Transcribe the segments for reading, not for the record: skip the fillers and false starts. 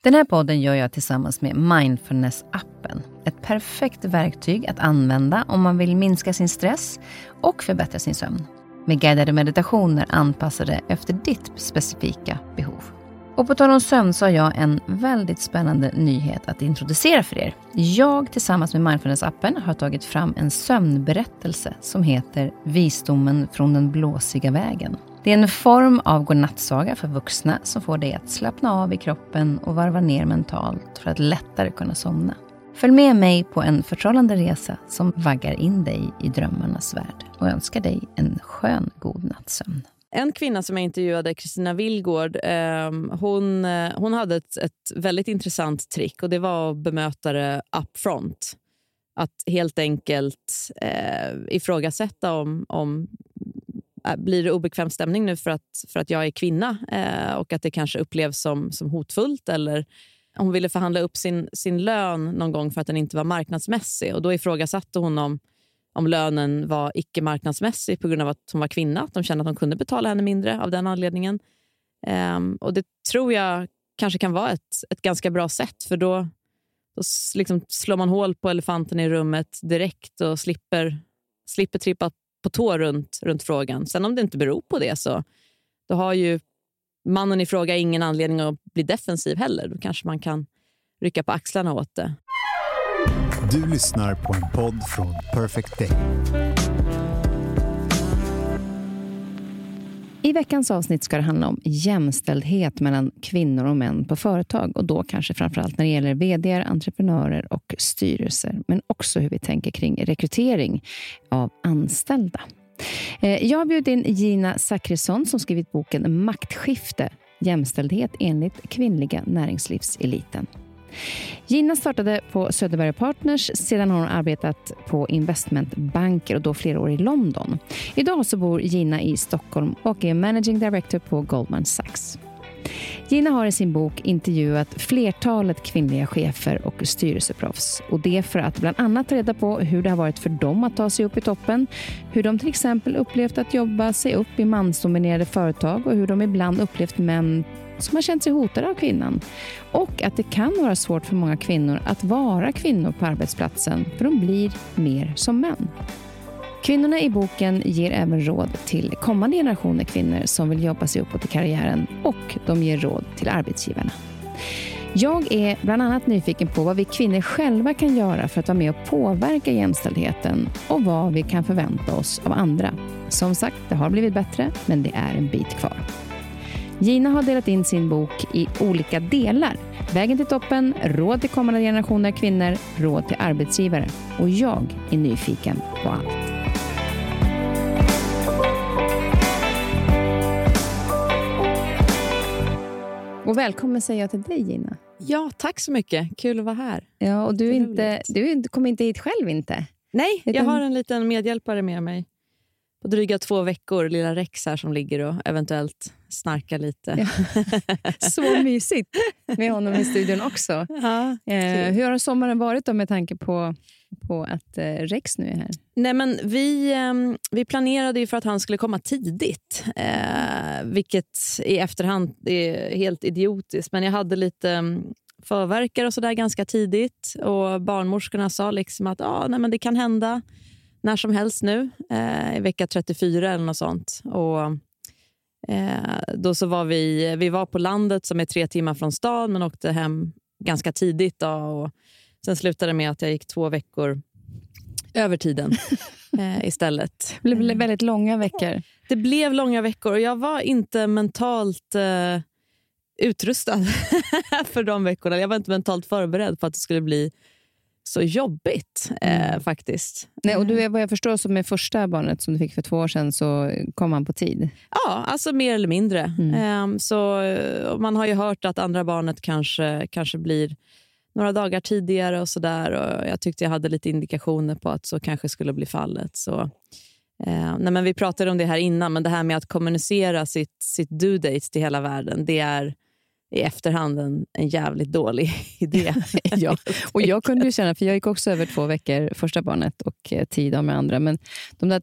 Den här podden gör jag tillsammans med Mindfulness-appen. Ett perfekt verktyg att använda om man vill minska sin stress och förbättra sin sömn. Med guidade meditationer anpassade efter ditt specifika behov. Och på tal om sömn så har jag en väldigt spännande nyhet att introducera för er. Jag tillsammans med Mindfulness-appen har tagit fram en sömnberättelse som heter Visdomen från den blåsiga vägen. Det är en form av godnattsaga för vuxna som får dig att slappna av i kroppen och varva ner mentalt för att lättare kunna somna. Följ med mig på en förtrollande resa som vaggar in dig i drömmarnas värld och önskar dig en skön god nattsömn. En kvinna som jag intervjuade, Kristina Willgård, hon hade ett väldigt intressant trick, och det var att bemöta det upfront. Att helt enkelt ifrågasätta om blir det obekväm stämning nu för att jag är kvinna, och att det kanske upplevs som hotfullt, eller hon ville förhandla upp sin lön någon gång för att den inte var marknadsmässig, och då ifrågasatte hon om lönen var icke-marknadsmässig på grund av att hon var kvinna, att de kände att de kunde betala henne mindre av den anledningen. Och det tror jag kanske kan vara ett ganska bra sätt, för då liksom slår man hål på elefanten i rummet direkt och slipper trippa på tå runt frågan. Sen om det inte beror på det, så då har ju mannen i fråga ingen anledning att bli defensiv heller. Då kanske man kan rycka på axlarna åt det. Du lyssnar på en podd från Perfect Day. I veckans avsnitt ska det handla om jämställdhet mellan kvinnor och män på företag. Och då kanske framförallt när det gäller vd:ar, entreprenörer och styrelser. Men också hur vi tänker kring rekrytering av anställda. Jag har bjudit in Gina Zachrisson som skrivit boken Maktskifte, jämställdhet enligt kvinnliga näringslivseliten. Gina startade på Söderberg Partners, sedan har hon arbetat på investmentbanker och då flera år i London. Idag så bor Gina i Stockholm och är managing director på Goldman Sachs. Gina har i sin bok intervjuat flertalet kvinnliga chefer och styrelseproffs. Och det för att bland annat ta reda på hur det har varit för dem att ta sig upp i toppen. Hur de till exempel upplevt att jobba sig upp i mansdominerade företag och hur de ibland upplevt män som har känt sig hotade av kvinnan. Och att det kan vara svårt för många kvinnor att vara kvinnor på arbetsplatsen, för de blir mer som män. Kvinnorna i boken ger även råd till kommande generationer kvinnor som vill jobba sig uppåt i karriären, och de ger råd till arbetsgivarna. Jag är bland annat nyfiken på vad vi kvinnor själva kan göra för att vara med och påverka jämställdheten och vad vi kan förvänta oss av andra. Som sagt, det har blivit bättre, men det är en bit kvar. Gina har delat in sin bok i olika delar. Vägen till toppen, råd till kommande generationer kvinnor, råd till arbetsgivare. Och jag är nyfiken på allt. Och välkommen säger jag till dig, Gina. Ja, tack så mycket. Kul att vara här. Ja, och du kommer inte hit själv inte? Nej, jag har en liten medhjälpare med mig. På dryga 2 veckor, lilla Rex här som ligger och eventuellt snarkar lite. Ja. Så mysigt med honom i studion också. Ja, hur har sommaren varit då med tanke på att Rex nu är här? Nej, men vi planerade ju för att han skulle komma tidigt. Vilket i efterhand är helt idiotiskt. Men jag hade lite förverkar och sådär ganska tidigt. Och barnmorskorna sa liksom att nej, men det kan hända när som helst nu, i vecka 34 eller något sånt. Och då så var vi var på landet som är 3 timmar från stan, men åkte hem ganska tidigt då, och sen slutade det med att jag gick 2 veckor över tiden istället. Det blev väldigt långa veckor. Det blev långa veckor, och jag var inte mentalt utrustad för de veckorna. Jag var inte mentalt förberedd på att det skulle bli så jobbigt faktiskt. Nej, och du är, vad jag förstår, som med första barnet som du fick för 2 år sedan, så kom han på tid. Ja, alltså mer eller mindre. Så man har ju hört att andra barnet kanske blir några dagar tidigare och sådär, och jag tyckte jag hade lite indikationer på att så kanske skulle bli fallet. Så nej, men vi pratade om det här innan, men det här med att kommunicera sitt due date till hela världen, det är i efterhand en jävligt dålig idé. Ja, och jag kunde ju känna, för jag gick också över 2 veckor första barnet och tid av med andra, men de där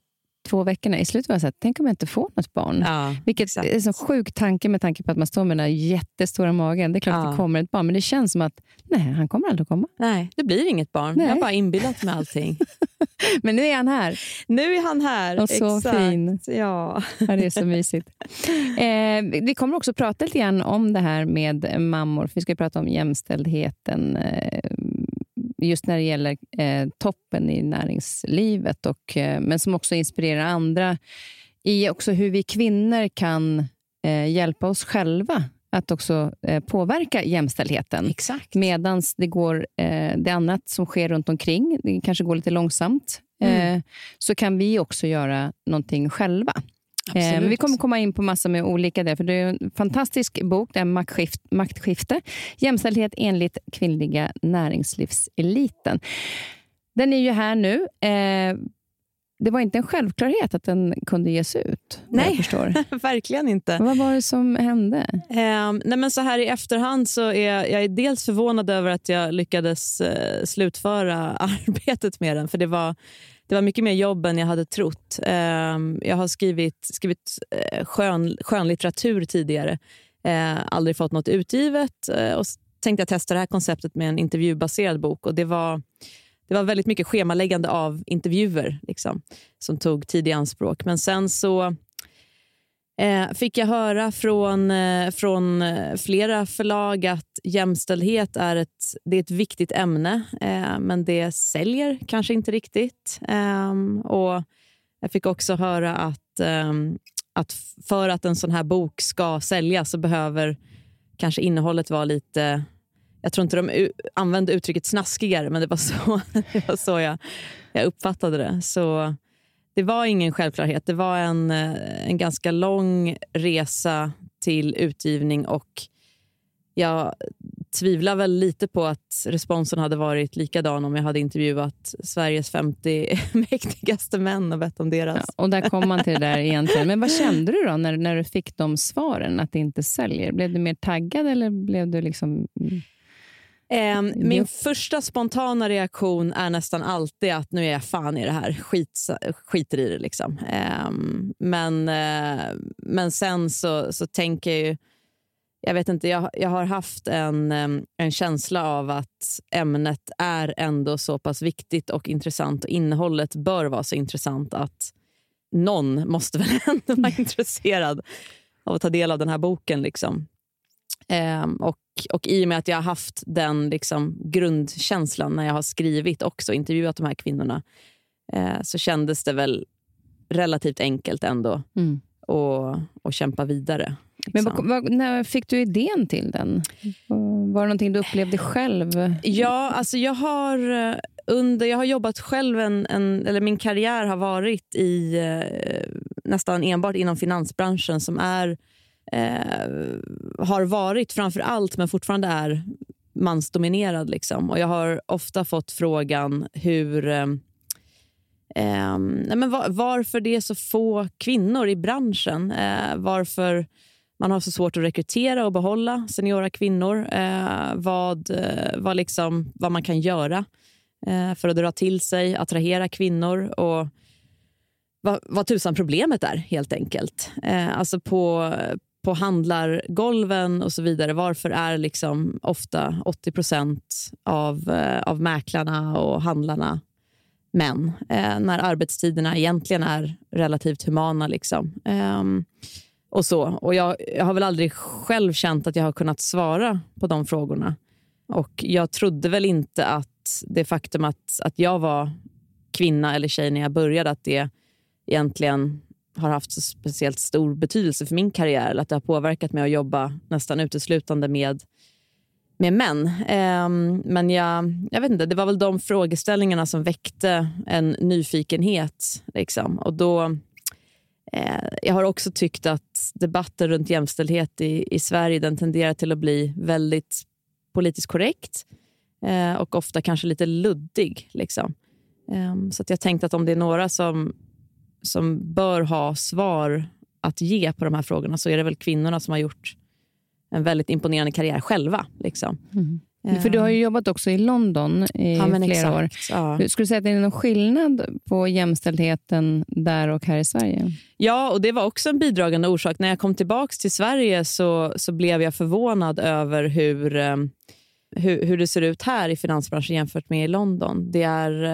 2 veckorna. I slutet var jag så här, tänk om jag inte får något barn. Ja, Vilket exakt. är en så sjuk tanke med tanke på att man står med den här jättestora magen. Det är klart att det kommer ett barn, men det känns som att nej, han kommer aldrig att komma. Nej, det blir inget barn. Nej. Jag har bara inbillat med allting. Men nu är han här. Nu är han här. Och så exakt. fin. Ja. Det är så mysigt. Vi kommer också prata lite grann om det här med mammor. Vi ska prata om jämställdheten just när det gäller toppen i näringslivet. Men som också inspirerar andra i också hur vi kvinnor kan hjälpa oss själva att också påverka jämställdheten. Exakt. Medans det går det annat som sker runt omkring, det kanske går lite långsamt, så kan vi också göra någonting själva. Men vi kommer komma in på massa med olika där, för det är en fantastisk bok, det är Maktskifte, jämställdhet enligt kvinnliga näringslivseliten. Den är ju här nu. Det var inte en självklarhet att den kunde ges ut. Nej, jag förstår. Verkligen inte. Vad var det som hände? Nej, men så här i efterhand så är jag dels förvånad över att jag lyckades slutföra arbetet med den. För det var mycket mer jobb än jag hade trott. Jag har skrivit skönlitteratur tidigare. Aldrig fått något utgivet. Och tänkte jag testa det här konceptet med en intervjubaserad bok. Och det var väldigt mycket schemaläggande av intervjuer liksom, som tog tid i anspråk. Men sen så fick jag höra från flera förlag att jämställdhet är ett viktigt ämne, men det säljer kanske inte riktigt. Och jag fick också höra att för att en sån här bok ska sälja så behöver kanske innehållet vara lite... Jag tror inte de använde uttrycket snaskigare, men det var så jag uppfattade det. Så det var ingen självklarhet. Det var en ganska lång resa till utgivning, och jag tvivlar väl lite på att responsen hade varit likadan om jag hade intervjuat Sveriges 50 mäktigaste män och bett om deras. Ja, och där kom man till det där egentligen. Men vad kände du då när du fick de svaren att det inte säljer? Blev du mer taggad eller blev du liksom... Min första spontana reaktion är nästan alltid att nu är jag fan i det här, skiter i det liksom. Men sen så tänker jag ju, jag vet inte, jag har haft en känsla av att ämnet är ändå så pass viktigt och intressant, och innehållet bör vara så intressant att någon måste väl ändå vara intresserad av att ta del av den här boken liksom. Och i och med att jag har haft den liksom grundkänslan när jag har skrivit också, intervjuat de här kvinnorna, så kändes det väl relativt enkelt ändå att kämpa vidare. Liksom. Men när fick du idén till den? Var det någonting du upplevde själv? Ja, alltså jag har jobbat själv eller min karriär har varit i nästan enbart inom finansbranschen, som har varit framför allt, men fortfarande är mansdominerad liksom. Och jag har ofta fått frågan varför det är så få kvinnor i branschen, varför man har så svårt att rekrytera och behålla seniora kvinnor, vad man kan göra för att dra till sig, attrahera kvinnor, och vad tusan problemet är helt enkelt. Alltså på handlargolven och så vidare, varför är liksom ofta 80% av mäklarna och handlarna män, när arbetstiderna egentligen är relativt humana liksom. Och så. Och jag har väl aldrig själv känt att jag har kunnat svara på de frågorna. Och jag trodde väl inte att det faktum att jag var kvinna eller tjej när jag började, att det egentligen har haft så speciellt stor betydelse för min karriär, eller att det har påverkat mig att jobba nästan uteslutande med män. Men jag vet inte, det var väl de frågeställningarna som väckte en nyfikenhet liksom. Och då jag har också tyckt att debatten runt jämställdhet i Sverige, den tenderar till att bli väldigt politiskt korrekt och ofta kanske lite luddig liksom. Så att jag tänkte att om det är några som bör ha svar att ge på de här frågorna, så är det väl kvinnorna som har gjort en väldigt imponerande karriär själva liksom. För du har ju jobbat också i London i flera år. Ja. Skulle du säga att det är någon skillnad på jämställdheten där och här i Sverige? Ja, och det var också en bidragande orsak. När jag kom tillbaka till Sverige så blev jag förvånad över hur det ser ut här i finansbranschen jämfört med i London. Det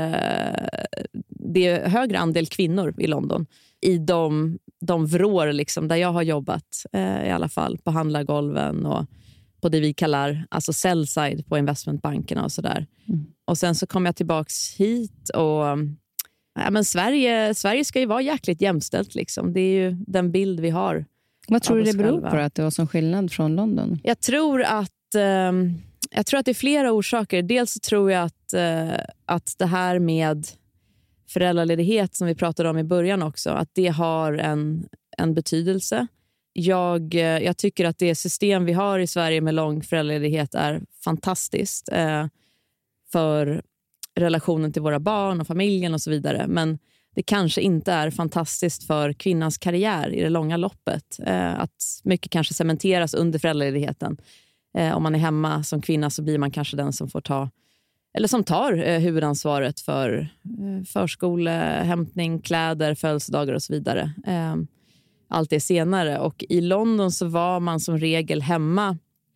är högre andel kvinnor i London. I de vrår liksom, där jag har jobbat, i alla fall på handlargolven och på det vi kallar alltså sell-side på investmentbankerna och sådär. Och sen så kom jag tillbaks hit och men Sverige ska ju vara jäkligt jämställt liksom. Det är ju den bild vi har. Vad tror du det beror på att det var sån skillnad från London? Jag tror att det är flera orsaker. Dels så tror jag att det här med föräldraledighet som vi pratade om i början också, att det har en betydelse. Jag tycker att det system vi har i Sverige med lång föräldraledighet är fantastiskt för relationen till våra barn och familjen och så vidare. Men det kanske inte är fantastiskt för kvinnans karriär i det långa loppet. Att mycket kanske cementeras under föräldraledigheten. Om man är hemma som kvinna så blir man kanske den som får tar huvudansvaret för förskollehämtning, kläder, födelsedagar och så vidare. Allt det senare. Och i London så var man som regel hemma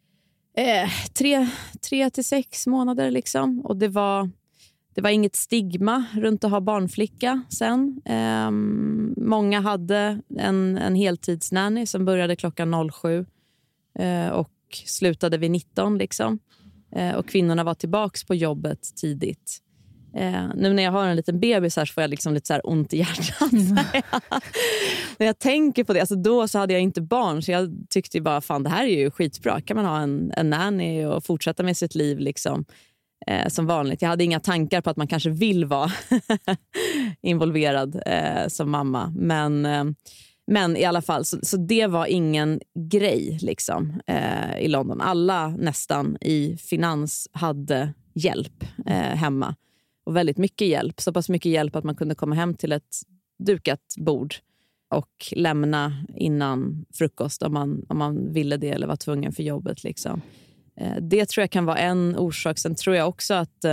3 till 6 månader liksom. Och det var inget stigma runt att ha barnflicka sen. Många hade en heltidsnanny som började klockan 07 och slutade vid 19 liksom. Och kvinnorna var tillbaks på jobbet tidigt. Nu när jag har en liten bebis här så får jag liksom lite så här ont i hjärtat. När jag tänker på det, alltså då så hade jag inte barn så jag tyckte bara fan det här är ju skitbra. Kan man ha en nanny och fortsätta med sitt liv liksom som vanligt. Jag hade inga tankar på att man kanske vill vara involverad som mamma. Men i alla fall, så det var ingen grej liksom, i London. Alla nästan i finans hade hjälp hemma. Och väldigt mycket hjälp. Så pass mycket hjälp att man kunde komma hem till ett dukat bord och lämna innan frukost om man ville det eller var tvungen för jobbet. Liksom. Det tror jag kan vara en orsak. Sen tror jag också att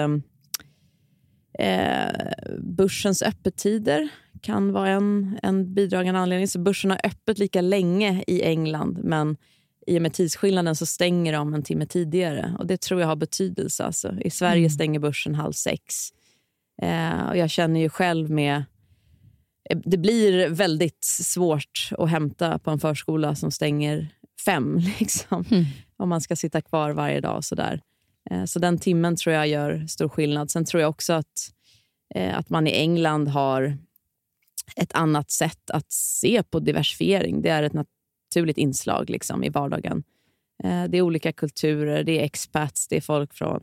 börsens öppettider kan vara en bidragande anledning. Så börsen har öppet lika länge i England, men i och med tidsskillnaden så stänger de en timme tidigare. Och det tror jag har betydelse. Alltså. I Sverige stänger börsen 5:30. Och jag känner ju själv det blir väldigt svårt att hämta på en förskola som stänger 5 liksom. Om man ska sitta kvar varje dag och sådär. Så den timmen tror jag gör stor skillnad. Sen tror jag också att man i England har ett annat sätt att se på diversifiering. Det är ett naturligt inslag liksom, i vardagen. Det är olika kulturer, det är expats, det är folk från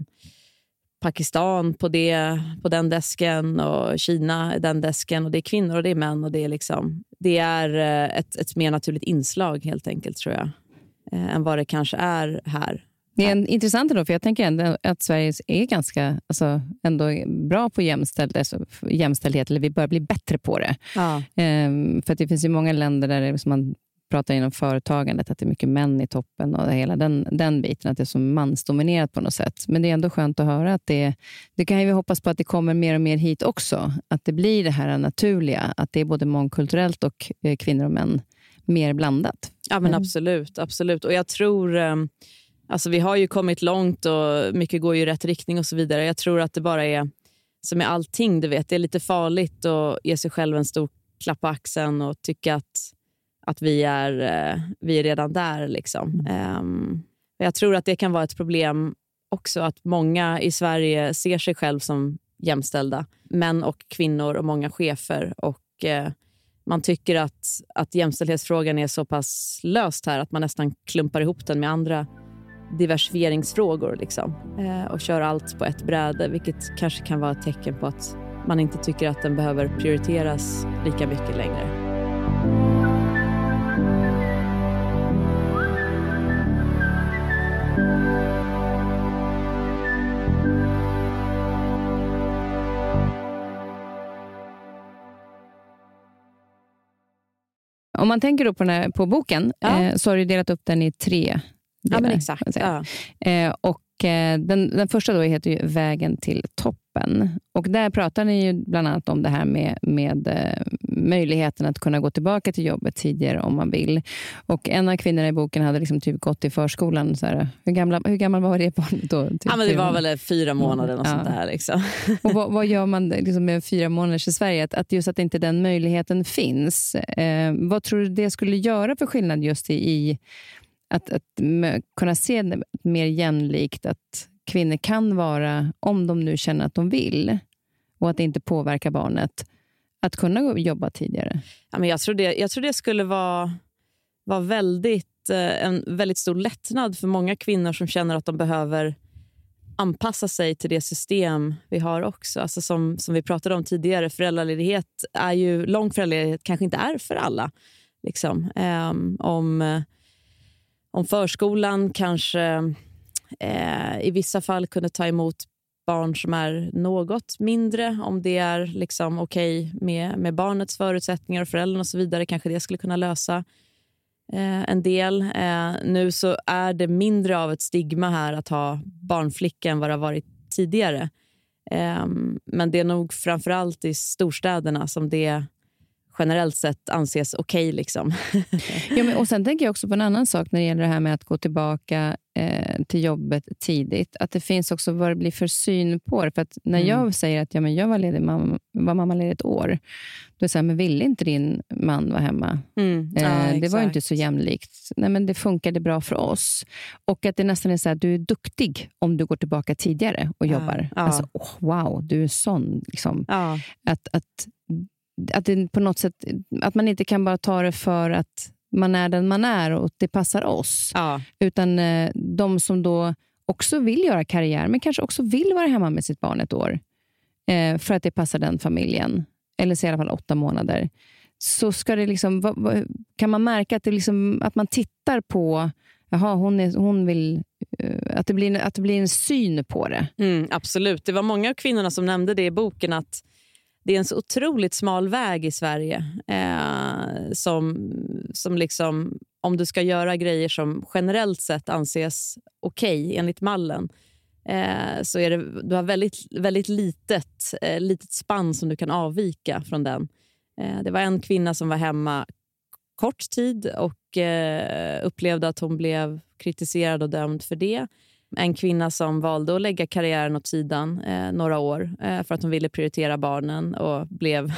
Pakistan på den desken och Kina den desken och det är kvinnor och det är män och det är liksom, det är ett mer naturligt inslag helt enkelt tror jag än vad det kanske är här. Det är intressant då, för jag tänker ändå att Sverige är ganska ändå bra på jämställdhet, eller vi börjar bli bättre på det. Ja. För att det finns ju många länder där det, som man pratar inom företagandet, att det är mycket män i toppen och hela den biten, att det är så mansdominerat på något sätt. Men det är ändå skönt att höra att det kan ju hoppas på att det kommer mer och mer hit också. Att det blir det här naturliga, att det är både mångkulturellt och kvinnor och män mer blandat. Ja men absolut. Och jag tror, alltså vi har ju kommit långt och mycket går ju i rätt riktning och så vidare. Jag tror att det bara är, som med allting du vet, det är lite farligt att ge sig själv en stor klapp på axeln och tycka att vi är redan där liksom. Jag tror att det kan vara ett problem också, att många i Sverige ser sig själv som jämställda, män och kvinnor och många chefer, och man tycker att jämställdhetsfrågan är så pass löst här att man nästan klumpar ihop den med andra diversifieringsfrågor liksom, och kör allt på ett bräde, vilket kanske kan vara ett tecken på att man inte tycker att den behöver prioriteras lika mycket längre. Om man tänker då på boken, så har du delat upp den i 3 Ja, men exakt. Ja. Och den första då heter ju Vägen till toppen. Och där pratar ni ju bland annat om det här med möjligheten att kunna gå tillbaka till jobbet tidigare om man vill. Och en av kvinnorna i boken hade liksom typ gått i förskolan. Så här, hur gammal var det barnet då? Typ, ja, men det var väl 4 månader och sånt där. Liksom. Och vad gör man liksom med 4 månader i Sverige? Att just att inte den möjligheten finns. Vad tror du det skulle göra för skillnad just i att kunna se det mer jämlikt, att kvinnor kan vara, om de nu känner att de vill och att det inte påverkar barnet, att kunna jobba tidigare? Ja, men jag tror det skulle vara en väldigt stor lättnad för många kvinnor som känner att de behöver anpassa sig till det system vi har också. Alltså som vi pratade om tidigare, föräldraledighet är ju, lång föräldraledighet kanske inte är för alla. Liksom. Om förskolan kanske i vissa fall kunde ta emot barn som är något mindre, om det är liksom okej med barnets förutsättningar och föräldrarna och så vidare, kanske det skulle kunna lösa en del. Nu så är det mindre av ett stigma här att ha barnflicka än vad det har varit tidigare. Men det är nog framförallt i storstäderna som det generellt sett anses okej. Liksom. Ja, men, och sen tänker jag också på en annan sak när det gäller det här med att gå tillbaka till jobbet tidigt. Att det finns också vad det blir för syn på det. För att när jag säger att jag var mammaledig ett år, då är det så här, men ville inte din man vara hemma? Det var ju inte så jämlikt. Nej, men det funkade bra för oss. Och att det nästan är så här, du är duktig om du går tillbaka tidigare och jobbar. Alltså, wow, du är sån. Liksom. Att det på något sätt, att man inte kan bara ta det för att man är den man är och det passar oss. Utan de som då också vill göra karriär, men kanske också vill vara hemma med sitt barn ett år för att det passar den familjen, eller så i alla fall 8 månader, så ska det liksom, kan man märka att det liksom, att man tittar på, jaha, hon vill, att det blir en syn på det. Absolut, det var många av kvinnorna som nämnde det i boken, att det är en så otroligt smal väg i Sverige som liksom, om du ska göra grejer som generellt sett anses okej enligt mallen, så är det, du har väldigt, väldigt litet spann som du kan avvika från den. Det var en kvinna som var hemma kort tid och upplevde att hon blev kritiserad och dömd för det. En kvinna som valde att lägga karriären åt sidan några år för att hon ville prioritera barnen och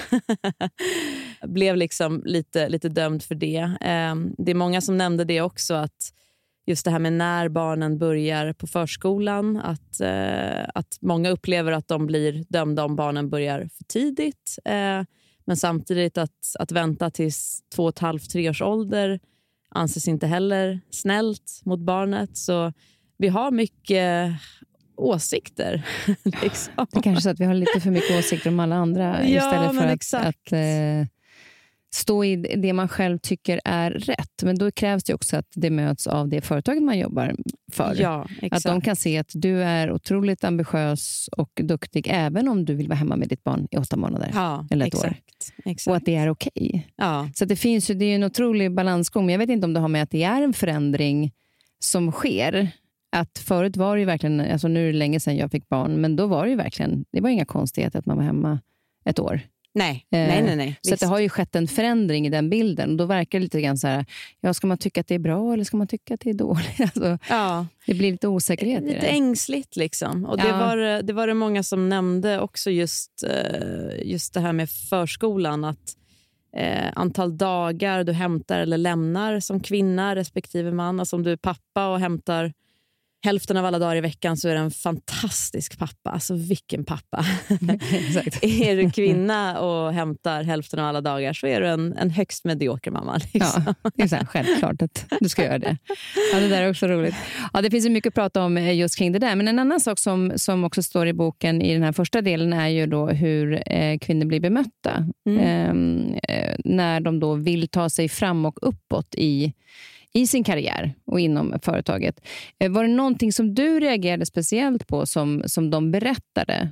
blev liksom lite dömd för det. Det är många som nämnde det också, att just det här med när barnen börjar på förskolan, att många upplever att de blir dömda om barnen börjar för tidigt. Men samtidigt att vänta tills 2,5-3 års ålder anses inte heller snällt mot barnet. Så vi har mycket åsikter. Liksom. Det är kanske så att vi har lite för mycket åsikter om alla andra istället för att stå i det man själv tycker är rätt. Men då krävs det också att det möts av det företaget man jobbar för. Ja, exakt. Att de kan se att du är otroligt ambitiös och duktig även om du vill vara hemma med ditt barn i 8 månader eller ett år. Exakt. Och att det är okej. Ja. Så att det är en otrolig balansgång. Men jag vet inte om det har med att det är en förändring som sker. Att förut var det ju verkligen, alltså nu är det länge sedan jag fick barn, men då var det ju verkligen, det var inga konstigheter att man var hemma ett år. Nej. Så att det har ju skett en förändring i den bilden. Och då verkar det lite grann så här, ska man tycka att det är bra eller ska man tycka att det är dåligt? Alltså, det blir lite osäkerhet lite i det. Ängsligt liksom. Och det var det många som nämnde också, just det här med förskolan, att antal dagar du hämtar eller lämnar som kvinna respektive man. Alltså om du är pappa och hämtar hälften av alla dagar i veckan, så är det en fantastisk pappa. Alltså vilken pappa. Är du kvinna och hämtar hälften av alla dagar, så är du en högst medioker mamma. Liksom. Ja, det är så här, självklart att du ska göra det. Ja, det där är också roligt. Ja, det finns ju mycket att prata om just kring det där. Men en annan sak som också står i boken i den här första delen är ju då hur kvinnor blir bemötta. När de då vill ta sig fram och uppåt i sin karriär och inom företaget. Var det någonting som du reagerade speciellt på som de berättade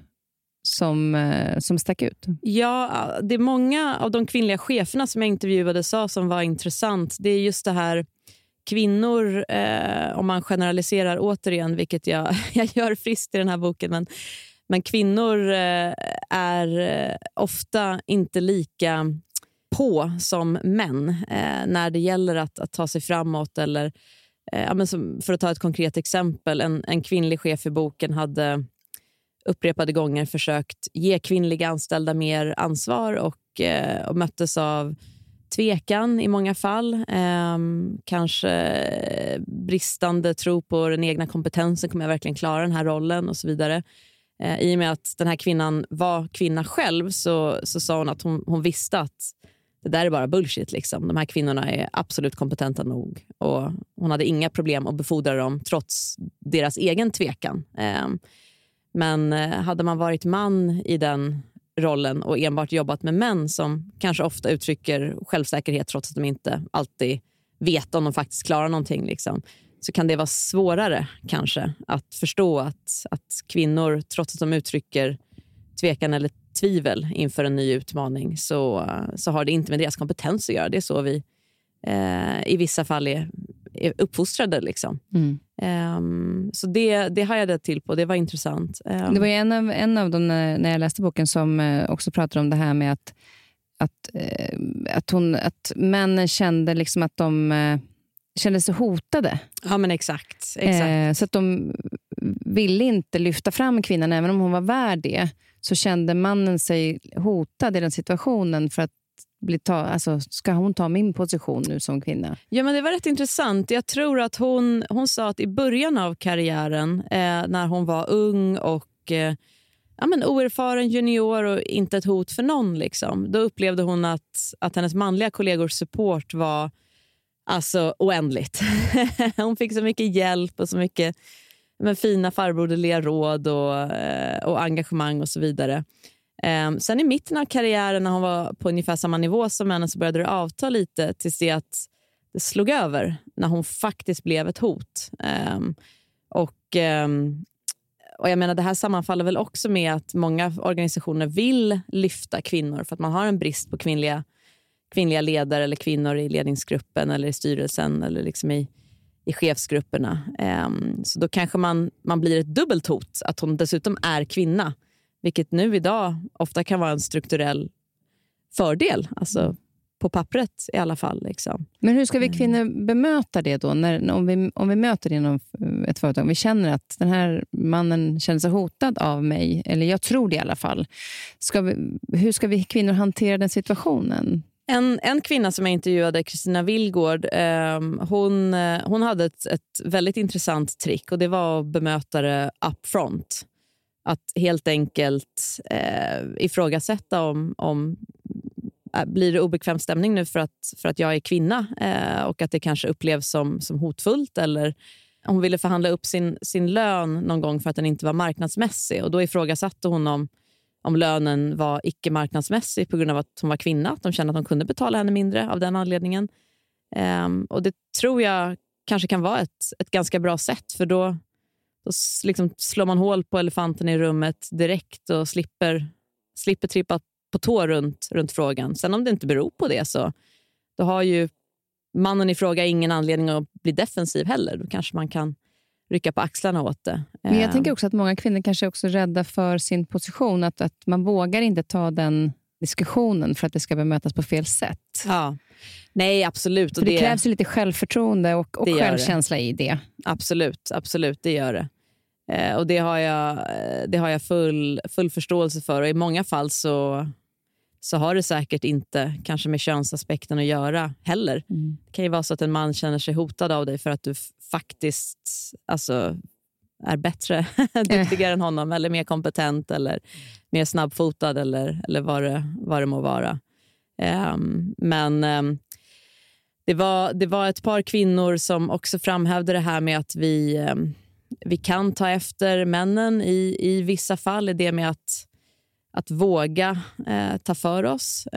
som stack ut? Ja, det är många av de kvinnliga cheferna som jag intervjuade sa som var intressant. Det är just det här kvinnor, om man generaliserar återigen, vilket jag gör friskt i den här boken, men kvinnor är ofta inte lika på som män när det gäller att ta sig framåt. Eller, för att ta ett konkret exempel, en kvinnlig chef i boken hade upprepade gånger försökt ge kvinnliga anställda mer ansvar och möttes av tvekan i många fall. Kanske bristande tro på den egna kompetensen, kommer jag verkligen klara den här rollen och så vidare. I och med att den här kvinnan var kvinna själv så sa hon att hon visste att det där är bara bullshit. Liksom. De här kvinnorna är absolut kompetenta nog. Och hon hade inga problem att befordra dem trots deras egen tvekan. Men hade man varit man i den rollen och enbart jobbat med män som kanske ofta uttrycker självsäkerhet trots att de inte alltid vet om de faktiskt klarar någonting, liksom, så kan det vara svårare kanske att förstå att kvinnor, trots att de uttrycker tvekan eller tvivel inför en ny utmaning, så har det inte med deras kompetens att göra. Det är så vi i vissa fall är uppfostrade. Liksom. Så det har jag det till på. Det var intressant. Det var ju en av dem när jag läste boken som också pratade om det här med att männen kände liksom att de kände sig hotade. Ja, men exakt. Så att de ville inte lyfta fram kvinnan, även om hon var värd det, så kände mannen sig hotad i den situationen för att ska hon ta min position nu som kvinna? Ja, men det var rätt intressant. Jag tror att hon sa att i början av karriären, när hon var ung och oerfaren junior och inte ett hot för någon, liksom, då upplevde hon att hennes manliga kollegors support var alltså oändligt. Hon fick så mycket hjälp och så mycket fina farbroderliga råd och engagemang och så vidare. Sen i mitten av karriären, när hon var på ungefär samma nivå som männen, så började det avta lite tills det slog över när hon faktiskt blev ett hot. Och jag menar, det här sammanfaller väl också med att många organisationer vill lyfta kvinnor för att man har en brist på kvinnliga ledare eller kvinnor i ledningsgruppen eller i styrelsen eller liksom i chefsgrupperna. Så då kanske man blir ett dubbelt hot att hon dessutom är kvinna, vilket nu idag ofta kan vara en strukturell fördel, alltså på pappret i alla fall. Liksom. Men hur ska vi kvinnor bemöta det då? Om vi möter det inom ett företag, om vi känner att den här mannen känner sig hotad av mig, eller jag tror det i alla fall. Hur ska vi kvinnor hantera den situationen? En kvinna som jag intervjuade, Kristina Willgård, hon hade ett väldigt intressant trick, och det var att bemöta det upfront. Att helt enkelt ifrågasätta om blir det obekväm stämning nu för att jag är kvinna, och att det kanske upplevs som hotfullt, eller hon ville förhandla upp sin lön någon gång för att den inte var marknadsmässig, och då ifrågasatte hon om lönen var icke-marknadsmässig på grund av att hon var kvinna, att de kände att de kunde betala henne mindre av den anledningen. Och det tror jag kanske kan vara ett ganska bra sätt, för då liksom slår man hål på elefanten i rummet direkt och slipper trippa på tå runt frågan. Sen om det inte beror på det, så då har ju mannen i fråga ingen anledning att bli defensiv heller. Då kanske man kan rycka på axlarna åt det. Men jag tänker också att många kvinnor kanske är också rädda för sin position, att man vågar inte ta den diskussionen för att det ska bemötas på fel sätt. Ja. Nej, absolut. För det krävs ju lite självförtroende och självkänsla i det. Absolut, det gör det. Och det har jag full förståelse för, och i många fall så har det säkert inte kanske med könsaspekten att göra heller. Det kan ju vara så att en man känner sig hotad av dig för att du faktiskt är bättre, duktigare än honom, eller mer kompetent, eller mer snabbfotad, eller vad det må vara. Men det var ett par kvinnor som också framhävde det här med att vi kan ta efter männen i vissa fall, i det med att våga ta för oss.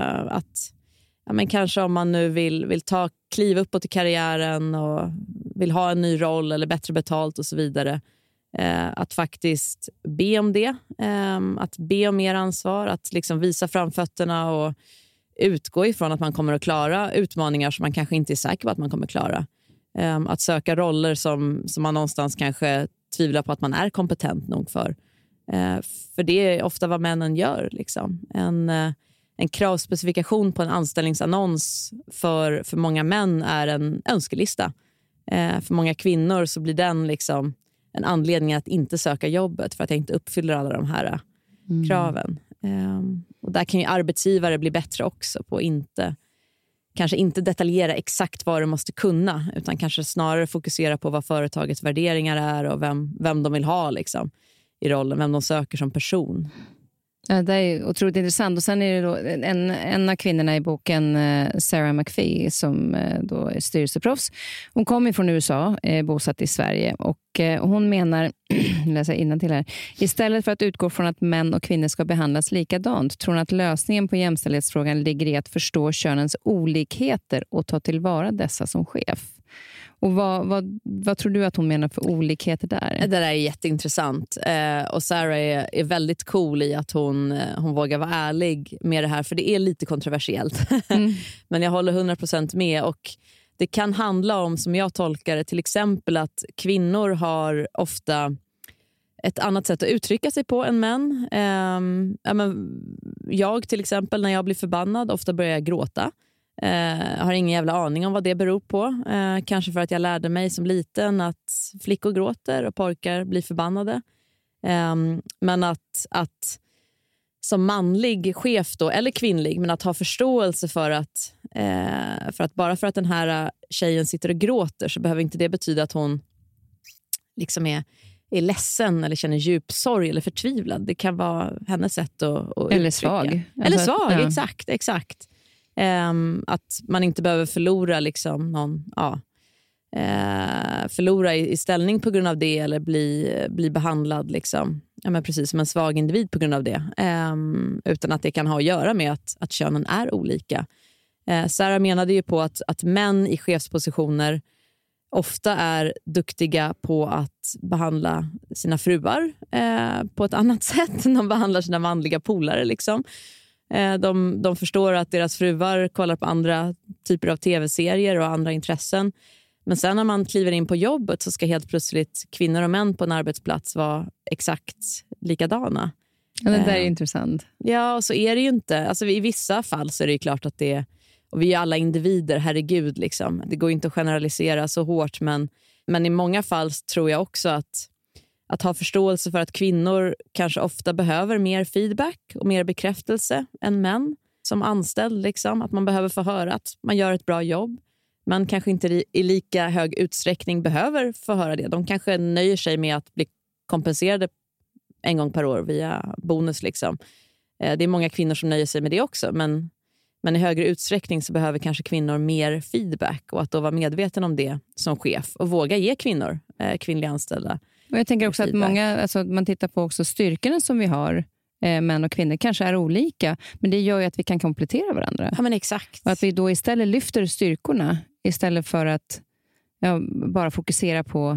Men kanske om man nu vill ta kliv uppåt i karriären och vill ha en ny roll eller bättre betalt och så vidare. Att faktiskt be om det. Att be om mer ansvar. Att liksom visa framfötterna och utgå ifrån att man kommer att klara utmaningar som man kanske inte är säker på att man kommer att klara. Att söka roller som man någonstans kanske tvivlar på att man är kompetent nog för. För det är ofta vad männen gör. Liksom. En kravspecifikation på en anställningsannons för många män är en önskelista. För många kvinnor så blir den liksom en anledning att inte söka jobbet för att jag inte uppfyller alla de här kraven. Och där kan ju arbetsgivare bli bättre också på kanske inte detaljera exakt vad du måste kunna, utan kanske snarare fokusera på vad företagets värderingar är och vem de vill ha liksom, i rollen, vem de söker som person. Ja, det är otroligt intressant. Och sen är det då en av kvinnorna i boken, Sarah McPhee, som då är styrelseproffs. Hon kommer från USA, bosatt i Sverige, och hon menar, läser innantill här, istället för att utgå från att män och kvinnor ska behandlas likadant, tror hon att lösningen på jämställdhetsfrågan ligger i att förstå könens olikheter och ta tillvara dessa som chef. Och vad tror du att hon menar för olikheter där? Det där är jätteintressant. Och Sarah är väldigt cool i att hon vågar vara ärlig med det här. För det är lite kontroversiellt. Men jag håller 100% med. Och det kan handla om, som jag tolkar det, till exempel att kvinnor har ofta ett annat sätt att uttrycka sig på än män. Jag till exempel, när jag blir förbannad, ofta börjar jag gråta. Har ingen jävla aning om vad det beror på. Kanske för att jag lärde mig som liten att flickor gråter och pojkar blir förbannade. Men att som manlig chef då, eller kvinnlig, men att ha förståelse för att bara för att den här tjejen sitter och gråter så behöver inte det betyda att hon liksom är ledsen eller känner djup sorg eller förtvivlad. Det kan vara hennes sätt att eller svag. Eller svag, ja. Exakt. Att man inte behöver förlora liksom förlora i ställning på grund av det, eller bli behandlad liksom, men precis som en svag individ på grund av det, utan att det kan ha att göra med att könen är olika. Sarah menade ju på att män i chefspositioner ofta är duktiga på att behandla sina fruar på ett annat sätt än de behandlar sina manliga polare liksom. De förstår att deras fruar kollar på andra typer av tv-serier och andra intressen. Men sen när man kliver in på jobbet så ska helt plötsligt kvinnor och män på en arbetsplats vara exakt likadana. Ja, det där är intressant. Ja, och så är det ju inte. Alltså, i vissa fall så är det ju klart att det är, och vi är alla individer, herregud liksom. Det går inte att generalisera så hårt, men i många fall tror jag också att ha förståelse för att kvinnor kanske ofta behöver mer feedback och mer bekräftelse än män som anställd. Liksom. Att man behöver få höra att man gör ett bra jobb. Man kanske inte i lika hög utsträckning behöver få höra det. De kanske nöjer sig med att bli kompenserade en gång per år via bonus. Liksom. Det är många kvinnor som nöjer sig med det också. Men i högre utsträckning så behöver kanske kvinnor mer feedback. Och att då vara medveten om det som chef. Och våga ge kvinnor, kvinnliga anställda. Och jag tänker också feedback. Att många, alltså man tittar på också styrkorna som vi har, män och kvinnor, kanske är olika. Men det gör ju att vi kan komplettera varandra. Ja, men exakt. Och att vi då istället lyfter styrkorna istället för att bara fokusera på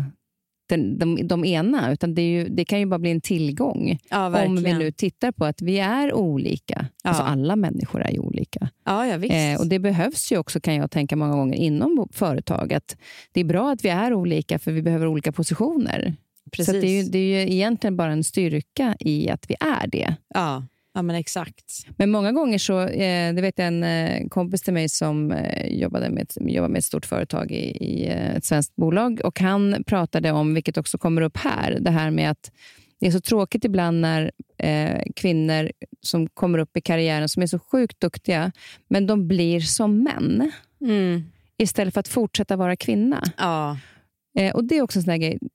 de ena. Utan det kan ju bara bli en tillgång. Ja, om vi nu tittar på att vi är olika. Ja. Alltså alla människor är ju olika. Ja, visst. Och det behövs ju också, kan jag tänka många gånger, inom företag. Att det är bra att vi är olika för vi behöver olika positioner. Precis. Så att det är ju egentligen bara en styrka i att vi är det. Ja, men exakt. Men många gånger så, det vet jag en kompis till mig som jobbar med ett stort företag i ett svenskt bolag. Och han pratade om, vilket också kommer upp här, det här med att det är så tråkigt ibland när kvinnor som kommer upp i karriären som är så sjukt duktiga, men de blir som män. Istället för att fortsätta vara kvinna. Ja. Och det är också en sån här grej.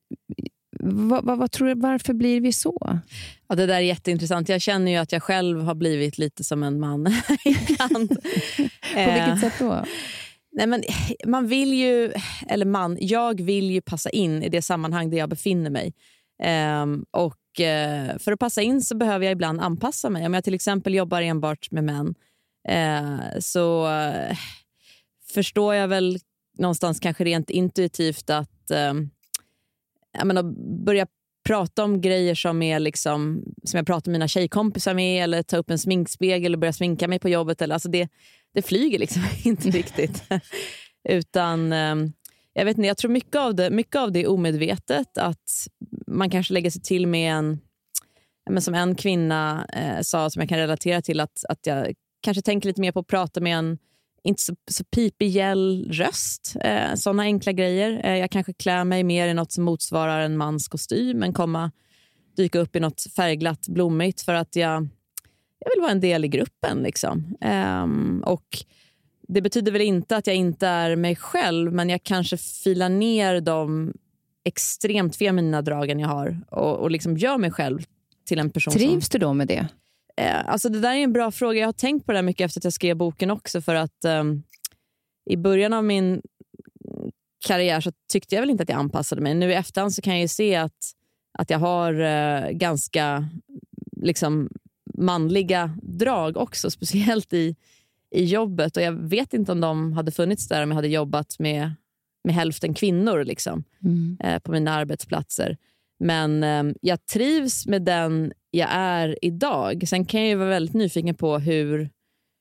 Vad tror du, varför blir vi så? Ja, det där är jätteintressant. Jag känner ju att jag själv har blivit lite som en man ibland. På vilket sätt då? Nej, men man vill ju, jag vill ju passa in i det sammanhang där jag befinner mig. Och för att passa in så behöver jag ibland anpassa mig. Om jag till exempel jobbar enbart med män så förstår jag väl någonstans kanske rent intuitivt att börja prata om grejer som är liksom, som jag pratar med mina tjejkompisar med, eller ta upp en sminkspegel och börja sminka mig på jobbet, eller alltså det flyger liksom inte riktigt. Utan jag vet inte, jag tror mycket av det är omedvetet, att man kanske lägger sig till med men som en kvinna sa, som jag kan relatera till, att jag kanske tänker lite mer på att prata med en inte så pipig gäll röst, sådana enkla grejer. Jag kanske klär mig mer i något som motsvarar en mans kostym, men dyka upp i något färgglatt blommigt för att jag vill vara en del i gruppen liksom. Och det betyder väl inte att jag inte är mig själv, men jag kanske filar ner de extremt feminina dragen jag har och liksom gör mig själv till en person. Trivs du då med det? Alltså det där är en bra fråga. Jag har tänkt på det mycket efter att jag skrev boken också, för att i början av min karriär så tyckte jag väl inte att jag anpassade mig. Nu i efterhand så kan jag ju se att jag har ganska liksom manliga drag också, speciellt i jobbet, och jag vet inte om de hade funnits där om jag hade jobbat med hälften kvinnor liksom, på mina arbetsplatser. Men jag trivs med den jag är idag. Sen kan jag ju vara väldigt nyfiken på hur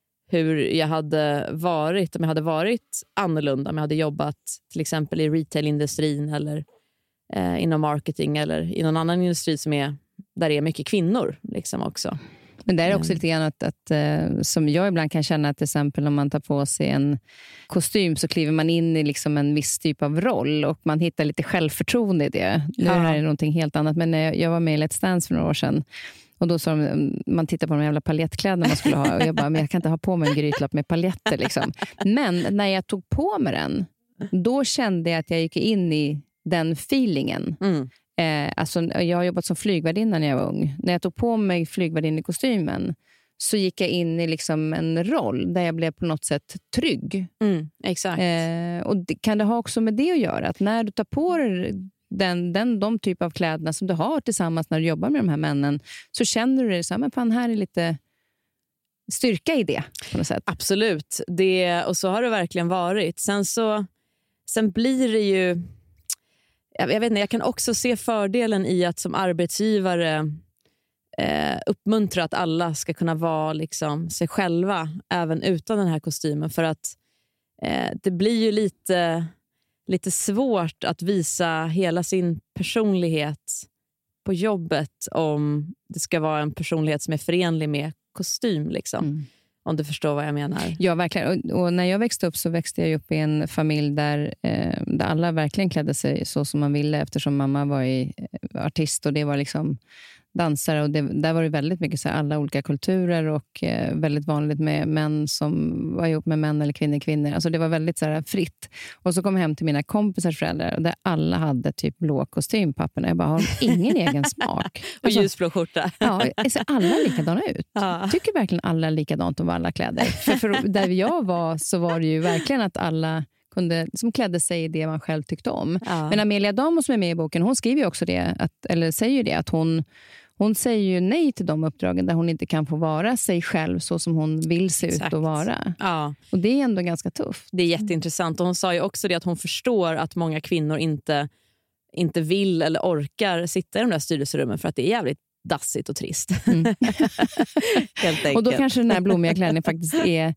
jag hade varit om jag hade varit annorlunda, om jag hade jobbat till exempel i retailindustrin eller inom marketing eller i någon annan industri där det är mycket kvinnor liksom också. Men det är också lite grann att som jag ibland kan känna, att till exempel om man tar på sig en kostym så kliver man in i liksom en viss typ av roll och man hittar lite självförtroende i det. Nu är det här någonting helt annat, men jag var med i Let's Dance för några år sedan och då sa de, man tittar på de jävla palettkläderna man skulle ha och jag bara, men jag kan inte ha på mig en grytlapp med paletter liksom. Men när jag tog på mig den, då kände jag att jag gick in i den feelingen. Alltså, jag har jobbat som flygvärdinna när jag var ung. När jag tog på mig flygvärdinnekostymen så gick jag in i liksom en roll där jag blev på något sätt trygg. Exakt. Och kan det ha också med det att göra? Att när du tar på dig de typ av kläderna som du har tillsammans när du jobbar med de här männen, så känner du dig så här, men fan, här är lite styrka i det på något sätt. Absolut. Och så har det verkligen varit. Sen blir det ju... Jag vet inte, jag kan också se fördelen i att som arbetsgivare uppmuntra att alla ska kunna vara liksom sig själva även utan den här kostymen, för att det blir ju lite svårt att visa hela sin personlighet på jobbet om det ska vara en personlighet som är förenlig med kostym liksom. Om du förstår vad jag menar. Ja, verkligen. Och när jag växte upp så växte jag upp i en familj där alla verkligen klädde sig så som man ville, eftersom mamma var artist och det var liksom dansare, och där var det väldigt mycket så här, alla olika kulturer och väldigt vanligt med män som var ihop med män eller kvinnor. Alltså det var väldigt så här fritt. Och så kom jag hem till mina kompisars föräldrar och där alla hade typ blå kostympapperna. Jag bara, har de ingen egen smak? Och ljusblå skjorta. Ja, ser alla likadana ut? Ja. Tycker verkligen alla likadant om alla kläder? För där jag var så var det ju verkligen att alla som klädde sig i det man själv tyckte om. Ja. Men Amelia Damo som är med i boken, hon skriver ju också det, att hon säger ju nej till de uppdragen där hon inte kan få vara sig själv så som hon vill se ut och vara. Ja. Och det är ändå ganska tufft. Det är jätteintressant. Och hon sa ju också det, att hon förstår att många kvinnor inte vill eller orkar sitta i de där styrelserummen för att det är jävligt dassigt och trist. Helt enkelt. Och då kanske den här blommiga klänningen faktiskt är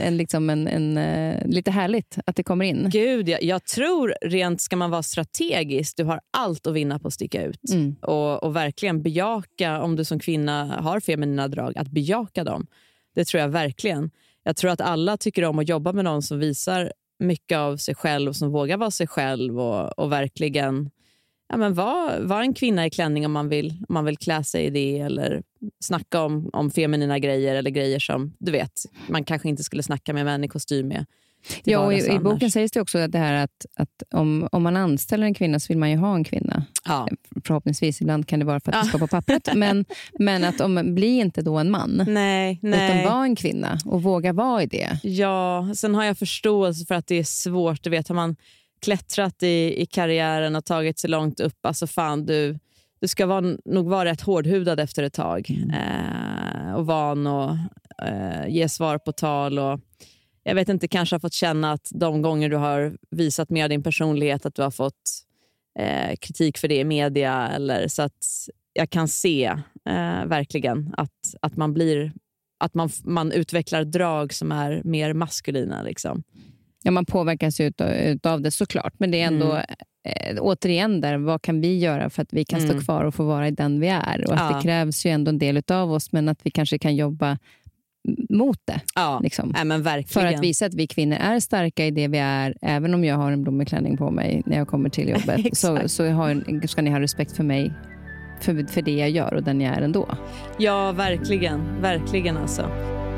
lite härligt att det kommer in. Gud, jag tror rent ska man vara strategisk, du har allt att vinna på att sticka ut. Och verkligen bejaka, om du som kvinna har feminina drag, att bejaka dem. Det tror jag verkligen. Jag tror att alla tycker om att jobba med någon som visar mycket av sig själv, som vågar vara sig själv och verkligen var en kvinna i klänning om man vill klä sig i det, eller snacka om feminina grejer eller grejer som du vet man kanske inte skulle snacka med män i kostym med. Ja, och i boken sägs det också att det här att om man anställer en kvinna så vill man ju ha en kvinna. Ja. Förhoppningsvis, ibland kan det vara för att det ska på pappret. Men att bli inte då en man. Nej. Utan vara en kvinna och våga vara i det. Ja, sen har jag förståelse för att det är svårt. Du vet, har man klättrat i karriären och tagit sig långt upp, alltså fan, du ska nog vara rätt hårdhudad efter ett tag. Och van och ge svar på tal, och jag vet inte, kanske har fått känna att de gånger du har visat mer din personlighet att du har fått kritik för det i media, eller så att jag kan se verkligen att man blir, att man utvecklar drag som är mer maskulina liksom. Ja, man påverkas ju utav det såklart. Men det är ändå återigen där, vad kan vi göra för att vi kan stå kvar och få vara i den vi är? Och att det krävs ju ändå en del utav oss, men att vi kanske kan jobba mot det. Ja, liksom. Men verkligen. För att visa att vi kvinnor är starka i det vi är, även om jag har en blommklänning på mig när jag kommer till jobbet. så ska ni ha respekt för mig, för det jag gör och den jag är ändå. Ja, verkligen. Verkligen alltså.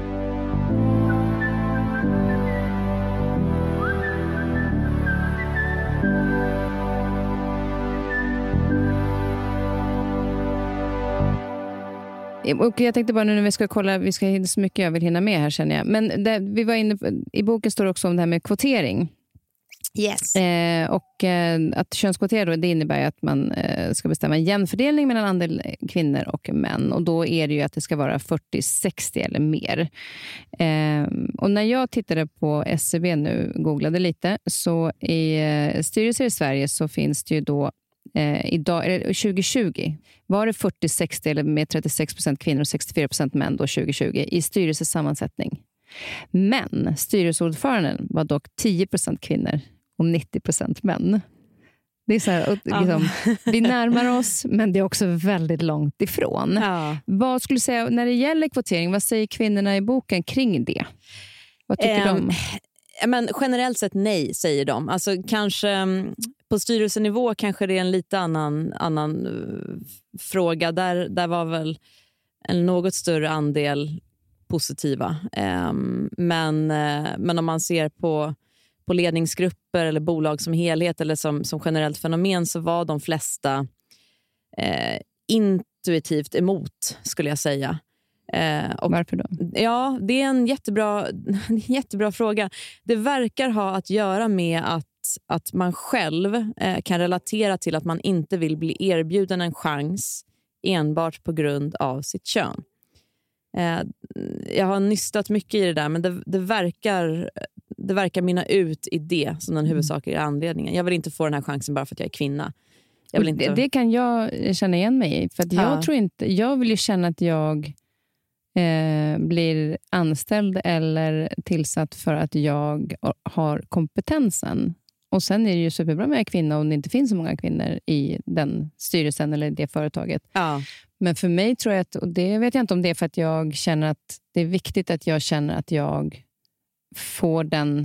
Och jag tänkte bara nu när vi ska kolla, vi ska hinna så mycket jag vill hinna med här känner jag. Men vi var inne i boken står det också om det här med kvotering. Yes. Att könskvotera då, det innebär att man ska bestämma en jämn fördelning mellan andel kvinnor och män. Och då är det ju att det ska vara 40-60 eller mer. Och när jag tittade på SCB nu, googlade lite, så i styrelser i Sverige så finns det ju då idag, 2020 var det 40-60 eller med 36% kvinnor och 64% män då 2020 i styrelsesammansättning. Men styrelseordföranden var dock 10% kvinnor och 90% män. Det är så här, liksom, vi närmar oss, men det är också väldigt långt ifrån. Ja. Vad skulle du säga när det gäller kvotering? Vad säger kvinnorna i boken kring det? Vad tycker de? Men generellt sett nej, säger de. Alltså kanske på styrelsenivå kanske det är en lite annan fråga. Där var väl en något större andel positiva. Men om man ser på ledningsgrupper eller bolag som helhet eller som generellt fenomen, så var de flesta intuitivt emot, skulle jag säga. Och, varför då? Ja, det är en jättebra fråga. Det verkar ha att göra med att man själv kan relatera till att man inte vill bli erbjuden en chans enbart på grund av sitt kön. Jag har nystat mycket i det där, men det verkar mynna ut i det som den huvudsakliga anledningen. Jag vill inte få den här chansen bara för att jag är kvinna. Jag vill inte... det kan jag känna igen mig i. För att jag vill ju känna att jag blir anställd eller tillsatt för att jag har kompetensen. Och sen är det ju superbra med kvinnor om det inte finns så många kvinnor i den styrelsen eller det företaget. Ja. Men för mig tror jag och det vet jag inte om det är för att jag känner att det är viktigt att jag känner att jag får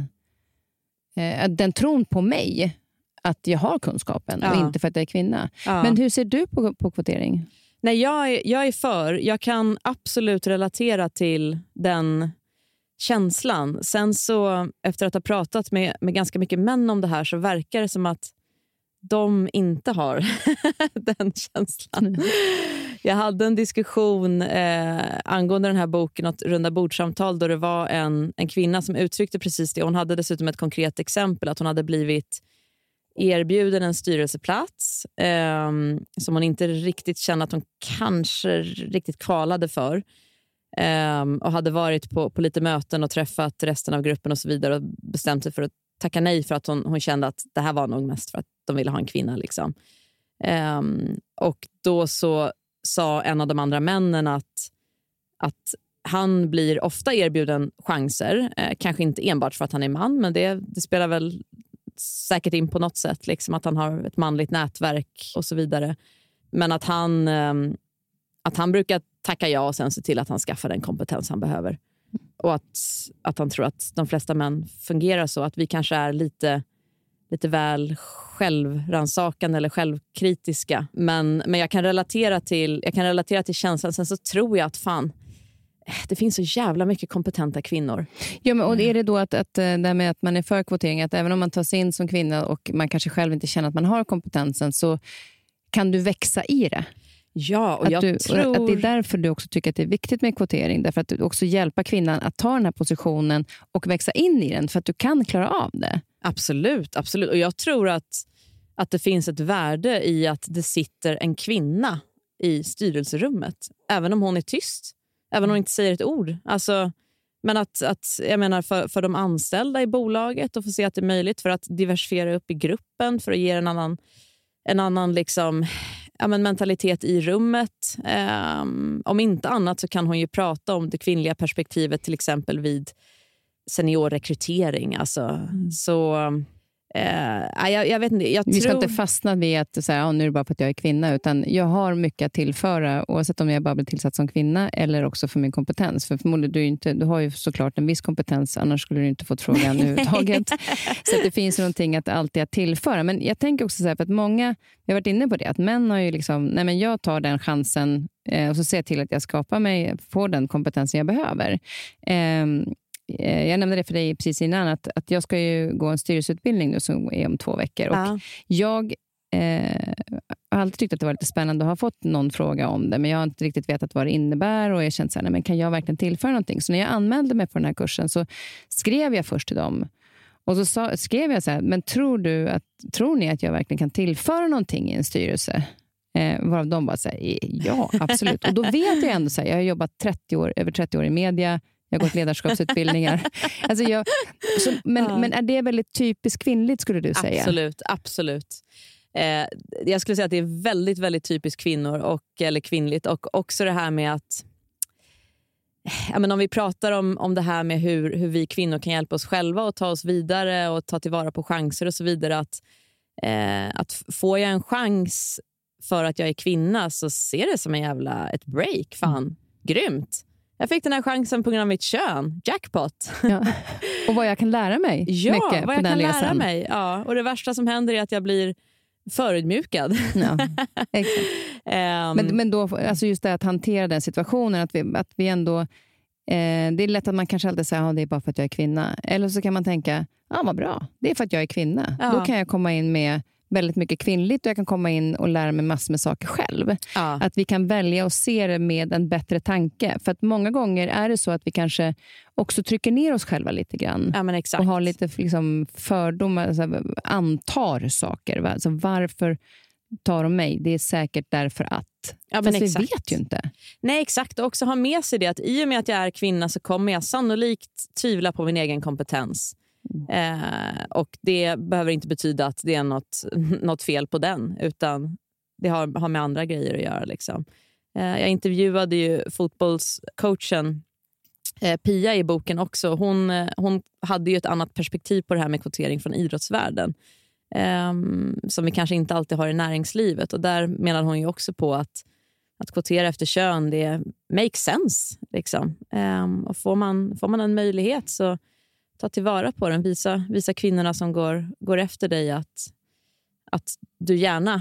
den tron på mig att jag har kunskapen och inte för att jag är kvinna. Ja. Men hur ser du på kvotering? Nej, jag är för. Jag kan absolut relatera till den känslan. Sen så, efter att ha pratat med ganska mycket män om det här, så verkar det som att de inte har den känslan. Jag hade en diskussion angående den här boken, ett runda bordsamtal, då det var en kvinna som uttryckte precis det. Hon hade dessutom ett konkret exempel, att hon hade blivit erbjuden en styrelseplats som hon inte riktigt kände att hon kanske riktigt kvalade för. Och hade varit på lite möten och träffat resten av gruppen och så vidare och bestämt sig för att tacka nej, för att hon kände att det här var nog mest för att de ville ha en kvinna liksom. Och då så sa en av de andra männen att han blir ofta erbjuden chanser, kanske inte enbart för att han är man, men det spelar väl säkert in på något sätt liksom, att han har ett manligt nätverk och så vidare, men att han brukar tacka ja och sen se till att han skaffar den kompetens han behöver. Och att han tror att de flesta män fungerar så. Att vi kanske är lite väl självransakande eller självkritiska. Men jag kan relatera till känslan. Sen så tror jag att det finns så jävla mycket kompetenta kvinnor. Ja, men och är det då att det med att man är för kvotering, att även om man tar sig in som kvinna och man kanske själv inte känner att man har kompetensen, så kan du växa i det? Ja, och att det är därför du också tycker att det är viktigt med kvotering. Därför att du också hjälper kvinnan att ta den här positionen och växa in i den, för att du kan klara av det. Absolut, absolut. Och jag tror att det finns ett värde i att det sitter en kvinna i styrelserummet. Även om hon är tyst. Även om hon inte säger ett ord. Alltså, men att jag menar för de anställda i bolaget, och få se att det är möjligt, för att diversifiera upp i gruppen, för att ge en annan liksom... Ja, men mentalitet i rummet. Om inte annat så kan hon ju prata om det kvinnliga perspektivet, till exempel vid seniorrekrytering. Alltså. Så jag vet inte. Vi ska inte fastna vid att säga, nu är det bara för att jag är kvinna, utan jag har mycket att tillföra, oavsett om jag bara blir tillsatt som kvinna eller också för min kompetens. För förmodligen du har ju såklart en viss kompetens, annars skulle du inte fått frågan överhuvudtaget. Så att det finns någonting att alltid att tillföra. Men jag tänker också så här, för att många, jag har varit inne på det, att män har ju liksom, nej men jag tar den chansen och så ser jag till att jag skapar mig, får den kompetensen jag behöver. Jag nämnde det för dig precis innan att jag ska ju gå en styrelseutbildning nu som är om 2 veckor. Och jag har alltid tyckt att det var lite spännande att ha fått någon fråga om det, men jag har inte riktigt vetat vad det innebär och jag kände så här, nej, men kan jag verkligen tillföra någonting? Så när jag anmälde mig på den här kursen så skrev jag först till dem och så skrev jag så här, men tror ni att jag verkligen kan tillföra någonting i en styrelse? Varav de bara säger, ja absolut. Och då vet jag ändå så här, jag har jobbat över 30 år i media. Jag har gått ledarskapsutbildningar. Alltså men är det väldigt typiskt kvinnligt, skulle du säga? Absolut. Jag skulle säga att det är väldigt, väldigt typiskt kvinnor eller kvinnligt. Och också det här med att om vi pratar om det här med hur vi kvinnor kan hjälpa oss själva och ta oss vidare och ta tillvara på chanser och så vidare. Att får jag en chans för att jag är kvinna så ser det som ett break. Fan, grymt. Jag fick den här chansen på grund av mitt kön. Jackpot. Ja. Och vad jag kan lära mig mycket vad på den jag kan resan. lära mig. Ja. Och det värsta som händer är att jag blir förödmjukad. Ja, exakt. Men då, alltså just det att hantera den situationen, att vi ändå det är lätt att man kanske alltid säger det är bara för att jag är kvinna. Eller så kan man tänka, vad bra, det är för att jag är kvinna. Ja. Då kan jag komma in med väldigt mycket kvinnligt och jag kan komma in och lära mig massor med saker själv. Ja. Att vi kan välja och se det med en bättre tanke. För att många gånger är det så att vi kanske också trycker ner oss själva lite grann. Ja, men exakt. Och har lite liksom fördomar, alltså, antar saker. Alltså, varför tar de mig? Det är säkert därför att. Ja, men vi vet ju inte. Nej, exakt. Och också ha med sig det att i och med att jag är kvinna så kommer jag sannolikt tvivla på min egen kompetens. Och det behöver inte betyda att det är något fel på den, utan det har med andra grejer att göra liksom. Jag intervjuade ju fotbollscoachen Pia i boken också. Hon hade ju ett annat perspektiv på det här med kvotering från idrottsvärlden, som vi kanske inte alltid har i näringslivet, och där menar hon ju också på att kvotera efter kön, det makes sense liksom. Och får man en möjlighet så ta tillvara på den, visa kvinnorna som går efter dig att du gärna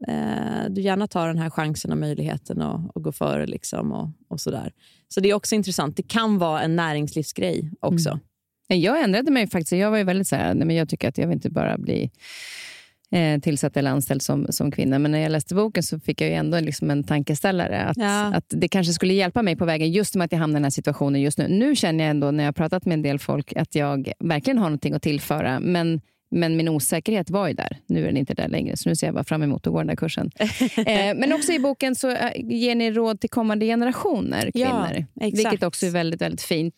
tar den här chansen och möjligheten och gå före liksom och sådär. Så det är också intressant. Det kan vara en näringslivsgrej också. Jag ändrade mig faktiskt. Jag var ju väldigt så här, men jag tycker att jag vill inte bara bli tillsatt eller anställd som kvinna. Men när jag läste boken så fick jag ju ändå liksom en tankeställare att det kanske skulle hjälpa mig på vägen, just med att jag hamnar i den här situationen just nu. Nu känner jag ändå, när jag har pratat med en del folk, att jag verkligen har någonting att tillföra. Men min osäkerhet var ju där. Nu är den inte där längre, så nu ser jag bara fram emot att gå den där kursen. Men också i boken så ger ni råd till kommande generationer kvinnor. Ja, vilket också är väldigt, väldigt fint.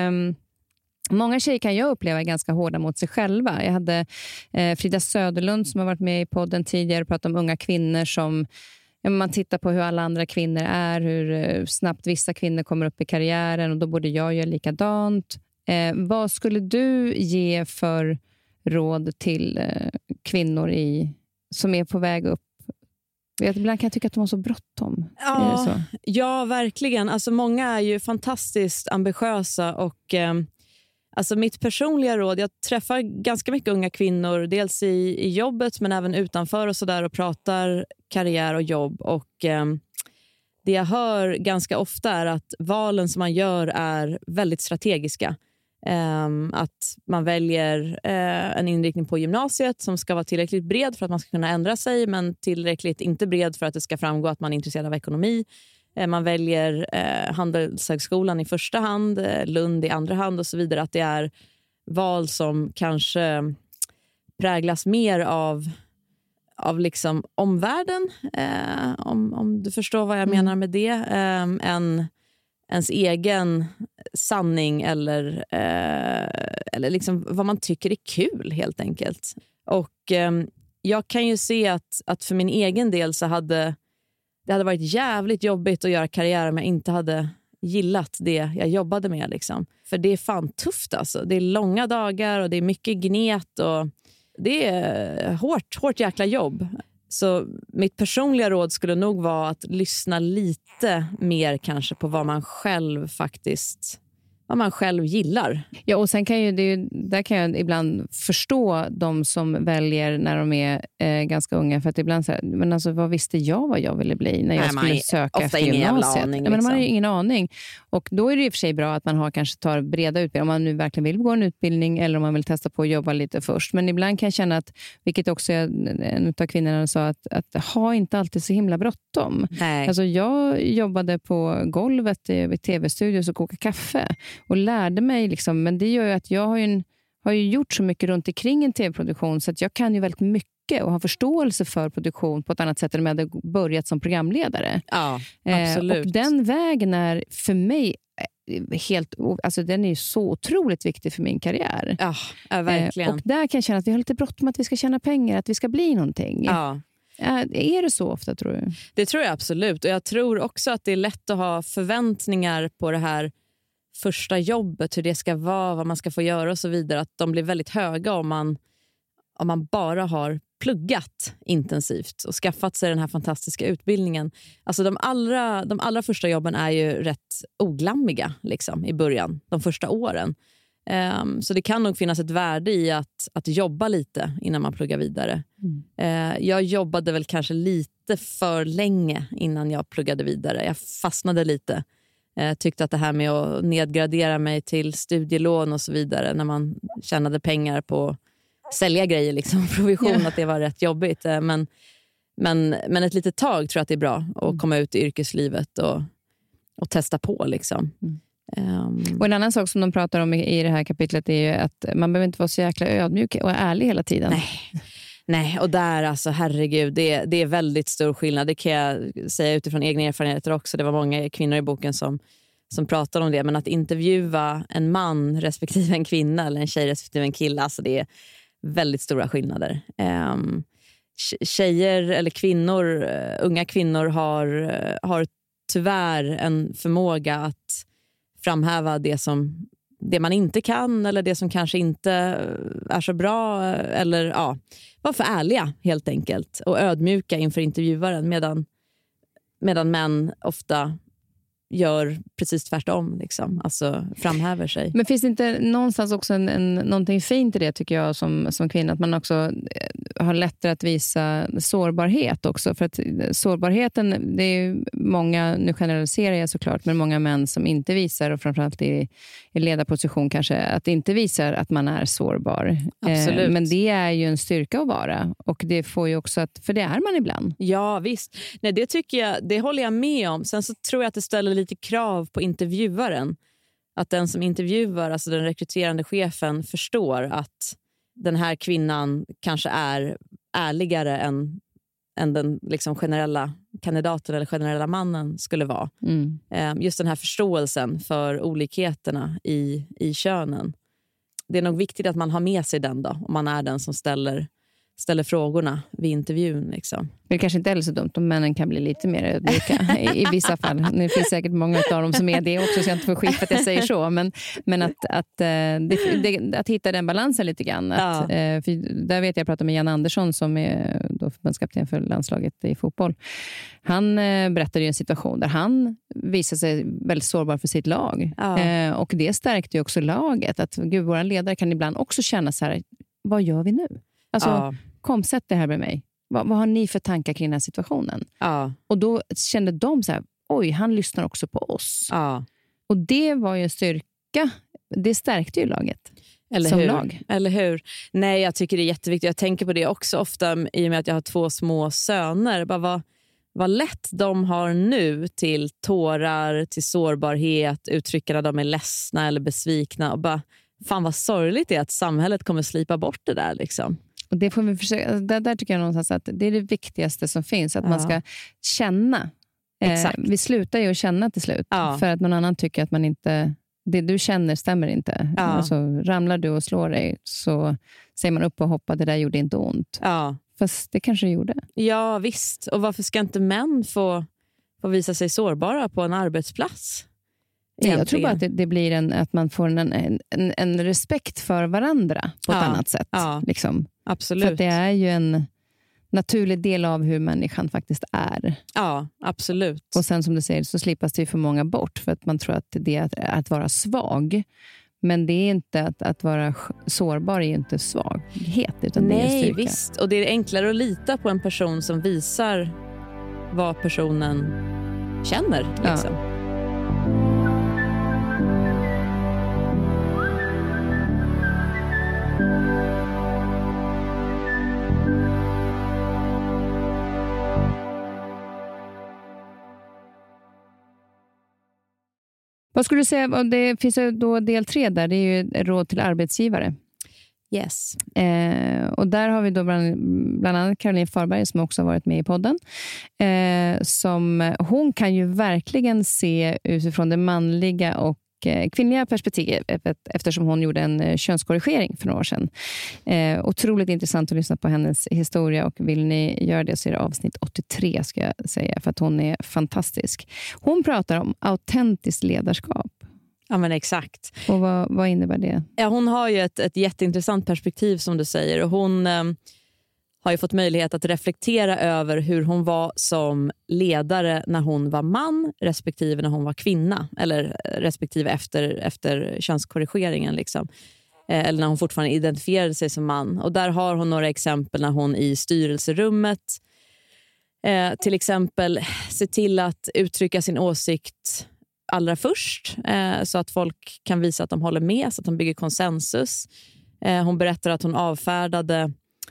Många tjejer kan jag uppleva ganska hårda mot sig själva. Jag hade Frida Söderlund som har varit med i podden tidigare och pratat om unga kvinnor som, man tittar på hur alla andra kvinnor är, hur snabbt vissa kvinnor kommer upp i karriären, och då borde jag göra likadant. Vad skulle du ge för råd till kvinnor som är på väg upp? Ibland kan jag tycka att de har så bråttom. Ja, verkligen. Alltså, många är ju fantastiskt ambitiösa och alltså mitt personliga råd, jag träffar ganska mycket unga kvinnor, dels i jobbet men även utanför och sådär, och pratar karriär och jobb, och det jag hör ganska ofta är att valen som man gör är väldigt strategiska. Att man väljer en inriktning på gymnasiet som ska vara tillräckligt bred för att man ska kunna ändra sig, men tillräckligt inte bred för att det ska framgå att man är intresserad av ekonomi. Man väljer Handelshögskolan i första hand, Lund i andra hand och så vidare. Att det är val som kanske präglas mer av liksom omvärlden, om du förstår vad jag menar med det, än ens egen sanning eller liksom vad man tycker är kul helt enkelt. Och jag kan ju se att för min egen del så hade det varit jävligt jobbigt att göra karriär om jag inte hade gillat det jag jobbade med. Liksom. För det är fan tufft alltså. Det är långa dagar och det är mycket gnet och det är hårt jäkla jobb. Så mitt personliga råd skulle nog vara att lyssna lite mer kanske på vad man själv gillar. Ja, och sen kan där kan jag ibland förstå de som väljer när de är ganska unga, för att ibland så här, men alltså vad visste jag vad jag ville bli när jag skulle söka efter gymnasiet? Aning, liksom. Men man har ju ingen aning. Och då är det i och för sig bra att man kanske tar breda utbildningar, om man nu verkligen vill gå en utbildning eller om man vill testa på att jobba lite först. Men ibland kan jag känna att, vilket också en av kvinnorna sa, att ha inte alltid så himla bråttom. Nej. Alltså jag jobbade på golvet vid tv-studios och kokade kaffe och lärde mig liksom, men det gör ju att jag har ju gjort så mycket runt omkring en tv-produktion, så att jag kan ju väldigt mycket och har förståelse för produktion på ett annat sätt än om jag hade börjat som programledare. Ja, absolut. Och den vägen är för mig alltså den är ju så otroligt viktig för min karriär. Ja, verkligen. Och där kan jag känna att vi har lite bråttom att vi ska tjäna pengar, att vi ska bli någonting. Ja. Är det så ofta, tror du? Det tror jag absolut. Och jag tror också att det är lätt att ha förväntningar på det här första jobbet, hur det ska vara, vad man ska få göra och så vidare, att de blir väldigt höga om man bara har pluggat intensivt och skaffat sig den här fantastiska utbildningen. Alltså de allra första jobben är ju rätt oglammiga liksom, i början, de första åren. Så det kan nog finnas ett värde i att jobba lite innan man pluggar vidare. Jag jobbade väl kanske lite för länge innan jag pluggade vidare. Jag fastnade lite. Tyckte att det här med att nedgradera mig till studielån och så vidare, när man tjänade pengar på sälja grejer liksom, provision, att det var rätt jobbigt. Men ett litet tag tror jag att det är bra att komma ut i yrkeslivet och testa på liksom. Och en annan sak som de pratar om i det här kapitlet är ju att man behöver inte vara så jäkla ödmjuk och ärlig hela tiden. Nej, och där alltså, herregud, det är väldigt stor skillnad. Det kan jag säga utifrån egna erfarenheter också. Det var många kvinnor i boken som pratar om det. Men att intervjua en man respektive en kvinna, eller en tjej respektive en kille, alltså det är väldigt stora skillnader. Tjejer eller kvinnor, unga kvinnor har tyvärr en förmåga att framhäva det man inte kan, eller det som kanske inte är så bra, eller vara för ärliga helt enkelt och ödmjuka inför intervjuaren, medan män ofta gör precis tvärtom liksom. Alltså framhäver sig. Men finns det inte någonstans också någonting fint i det, tycker jag, som kvinna, att man också har lättare att visa sårbarhet också, för att sårbarheten, det är ju många, nu generaliserar jag såklart, men många män som inte visar, och framförallt i ledarposition kanske, att inte visar att man är sårbar. Absolut. Men det är ju en styrka att vara, och det får ju också för det är man ibland. Ja, visst. Nej, det tycker jag, det håller jag med om. Sen så tror jag att det ställer lite krav på intervjuaren. Att den som intervjuar, alltså den rekryterande chefen, förstår att den här kvinnan kanske är ärligare än den liksom generella kandidaten eller generella mannen skulle vara. Just den här förståelsen för olikheterna i könen. Det är nog viktigt att man har med sig den då, om man är den som ställer frågorna vid intervjun liksom. Det kanske inte är så dumt om männen kan bli lite mer ödmjuka i vissa fall. Det finns säkert många av dem som är det också, så jag inte får skit för att jag säger så. Men att hitta den balansen lite grann. För där vet jag pratade med Jan Andersson, som är då förbundskapten för landslaget i fotboll. Han berättade ju en situation där han visade sig väldigt sårbar för sitt lag. Och det stärkte ju också laget. Att våra ledare kan ibland också känna så här, vad gör vi nu? Alltså, kom, sätt det här med mig. Vad har ni för tankar kring den här situationen? Och då kände de så här, oj, han lyssnar också på oss. Och det var ju en styrka. Det stärkte ju laget. Eller hur? Nej, jag tycker det är jätteviktigt. Jag tänker på det också ofta i och med att jag har 2 små söner. Bara vad lätt de har nu till tårar, till sårbarhet, uttrycka när de är ledsna eller besvikna. Och bara, fan vad sorgligt det är att samhället kommer slipa bort det där liksom. Och det får vi försöka, där tycker jag någonstans att det är det viktigaste som finns, att man ska känna. Vi slutar ju att känna till slut, för att någon annan tycker att man inte, det du känner stämmer inte. Alltså, ramlar du och slår dig, så säger man upp och hoppa, det där gjorde inte ont. Fast det kanske gjorde. Ja, visst. Och varför ska inte män få visa sig sårbara på en arbetsplats? Jag tror bara att det blir att man får en respekt för varandra på ett annat sätt. Ja, liksom. Absolut. För att det är ju en naturlig del av hur människan faktiskt är. Ja, absolut. Och sen som du säger så slippas det ju för många bort för att man tror att det är att vara svag. Men det är inte att vara sårbar är ju inte svaghet utan det är en styrka. Visst. Och det är enklare att lita på en person som visar vad personen känner. Liksom. Ja. Vad skulle du säga, det finns ju då del 3 där, det är ju råd till arbetsgivare. Yes. Och där har vi då bland annat Caroline Farberg som också har varit med i podden. Hon kan ju verkligen se utifrån det manliga och kvinnliga perspektivet eftersom hon gjorde en könskorrigering för några år sedan. Otroligt intressant att lyssna på hennes historia och vill ni göra det så är det avsnitt 83 ska jag säga för att hon är fantastisk. Hon pratar om autentiskt ledarskap. Ja men exakt. Och vad innebär det? Ja, hon har ju ett jätteintressant perspektiv som du säger och hon har ju fått möjlighet att reflektera över hur hon var som ledare när hon var man respektive när hon var kvinna eller respektive efter könskorrigeringen liksom. Eller när hon fortfarande identifierade sig som man. Och där har hon några exempel när hon i styrelserummet till exempel ser till att uttrycka sin åsikt allra först så att folk kan visa att de håller med så att de bygger konsensus. Hon berättar att hon avfärdade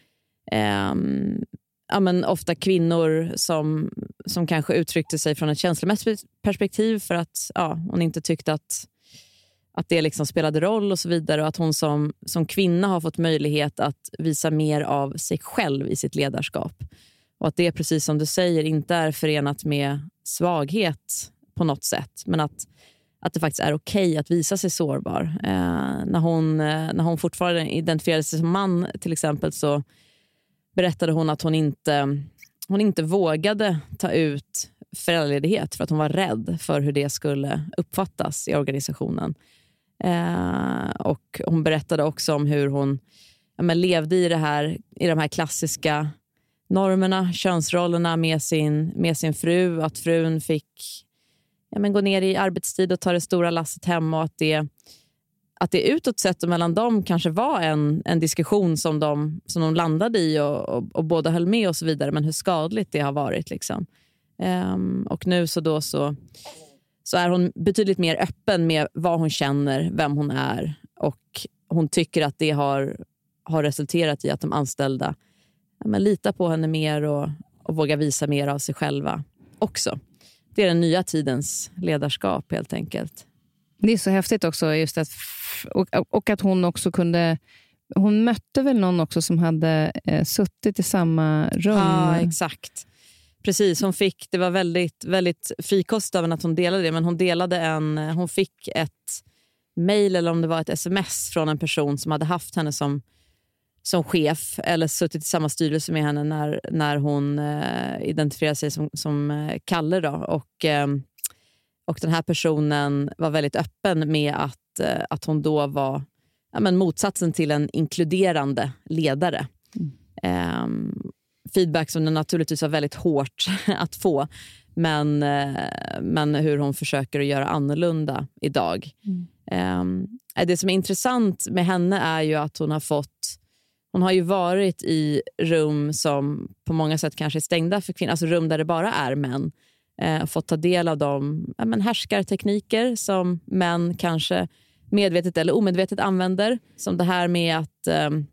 men ofta kvinnor som kanske uttryckte sig från ett känslomässigt perspektiv för att hon inte tyckte att det liksom spelade roll och så vidare och att hon som kvinna har fått möjlighet att visa mer av sig själv i sitt ledarskap och att det precis som du säger inte är förenat med svaghet på något sätt men att det faktiskt är okej att visa sig sårbar. När hon fortfarande identifierade sig som man till exempel så berättade hon att hon inte vågade ta ut föräldraledighet för att hon var rädd för hur det skulle uppfattas i organisationen. Och hon berättade också om hur hon levde i de här klassiska normerna, könsrollerna med sin fru. Att frun fick gå ner i arbetstid och ta det stora lasset hem och att det utåt sett och mellan dem kanske var en diskussion som de landade i och båda höll med och så vidare men hur skadligt det har varit liksom. Och nu så är hon betydligt mer öppen med vad hon känner, vem hon är och hon tycker att det har resulterat i att de anställda litar på henne mer och vågar visa mer av sig själva också. Det är den nya tidens ledarskap helt enkelt. Det är så häftigt också just att och att hon också hon mötte väl någon också som hade suttit i samma rum. Ja, exakt. Precis, det var väldigt, väldigt frikost av att hon delade det, men hon fick ett mejl eller om det var ett sms från en person som hade haft henne som chef eller suttit i samma styrelse med henne när hon identifierade sig som Kalle då och den här personen var väldigt öppen med att hon då var motsatsen till en inkluderande ledare. Feedback som det naturligtvis var väldigt hårt att få men hur hon försöker att göra annorlunda idag. Det som är intressant med henne är ju att hon har ju varit i rum som på många sätt kanske är stängda för kvinnor, alltså rum där det bara är män. Fått ta del av de härskartekniker som män kanske medvetet eller omedvetet använder. Som det här med att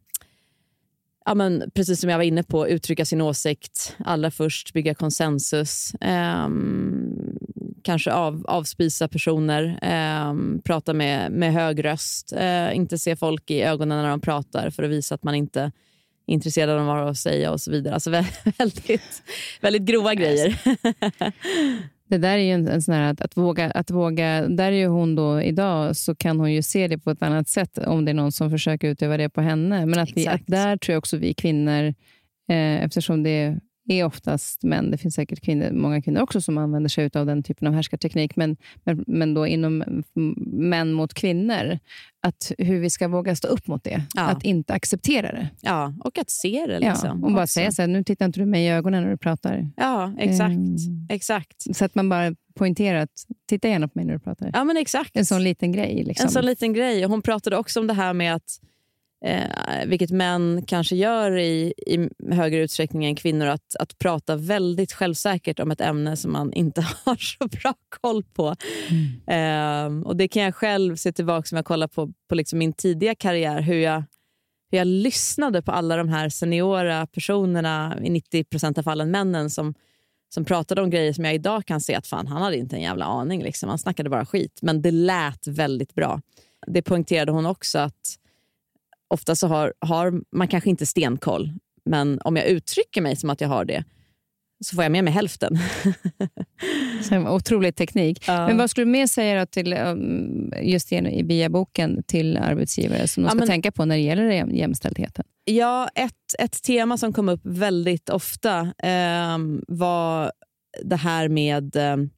precis som jag var inne på, uttrycka sin åsikt allra först, bygga konsensus, kanske avspisa personer, prata med hög röst, inte se folk i ögonen när de pratar för att visa att man inte är intresserad av vad de har att säga och så vidare. Alltså väldigt, väldigt grova grejer. Det där är ju en sån här att våga, där är ju hon då idag så kan hon ju se det på ett annat sätt om det är någon som försöker utöva det på henne. Men att där tror jag också vi kvinnor, eftersom det är oftast män. Det finns säkert många kvinnor också som använder sig av den typen av härskarteknik. Men då inom män mot kvinnor. Att hur vi ska våga stå upp mot det. Ja. Att inte acceptera det. Ja, och att se det liksom. Och bara säga så här, nu tittar inte du mig i ögonen när du pratar. Ja, exakt. Så att man bara poängterar att titta gärna på mig när du pratar. Ja, men exakt. En sån liten grej. Liksom. En sån liten grej. Och hon pratade också om det här med att vilket män kanske gör i högre utsträckning än kvinnor, att prata väldigt självsäkert om ett ämne som man inte har så bra koll på. Och det kan jag själv se tillbaka som jag kollar på liksom min tidiga karriär, hur jag lyssnade på alla de här seniora personerna, i 90% av fallen männen, som pratade om grejer som jag idag kan se att fan, han hade inte en jävla aning liksom. Han snackade bara skit, men det lät väldigt bra. Det poängterade hon också, att ofta så har man kanske inte stenkoll, men om jag uttrycker mig som att jag har det, så får jag med mig hälften. Så en otrolig teknik. Ja. Men vad skulle du mer säga då till, just i via-boken till arbetsgivare som de ska tänka på när det gäller jämställdheten? Ja, ett tema som kom upp väldigt ofta var det här med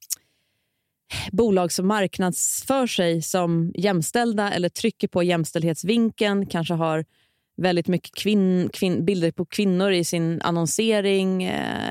bolag som marknadsför sig som jämställda eller trycker på jämställdhetsvinkeln, kanske har väldigt mycket bilder på kvinnor i sin annonsering,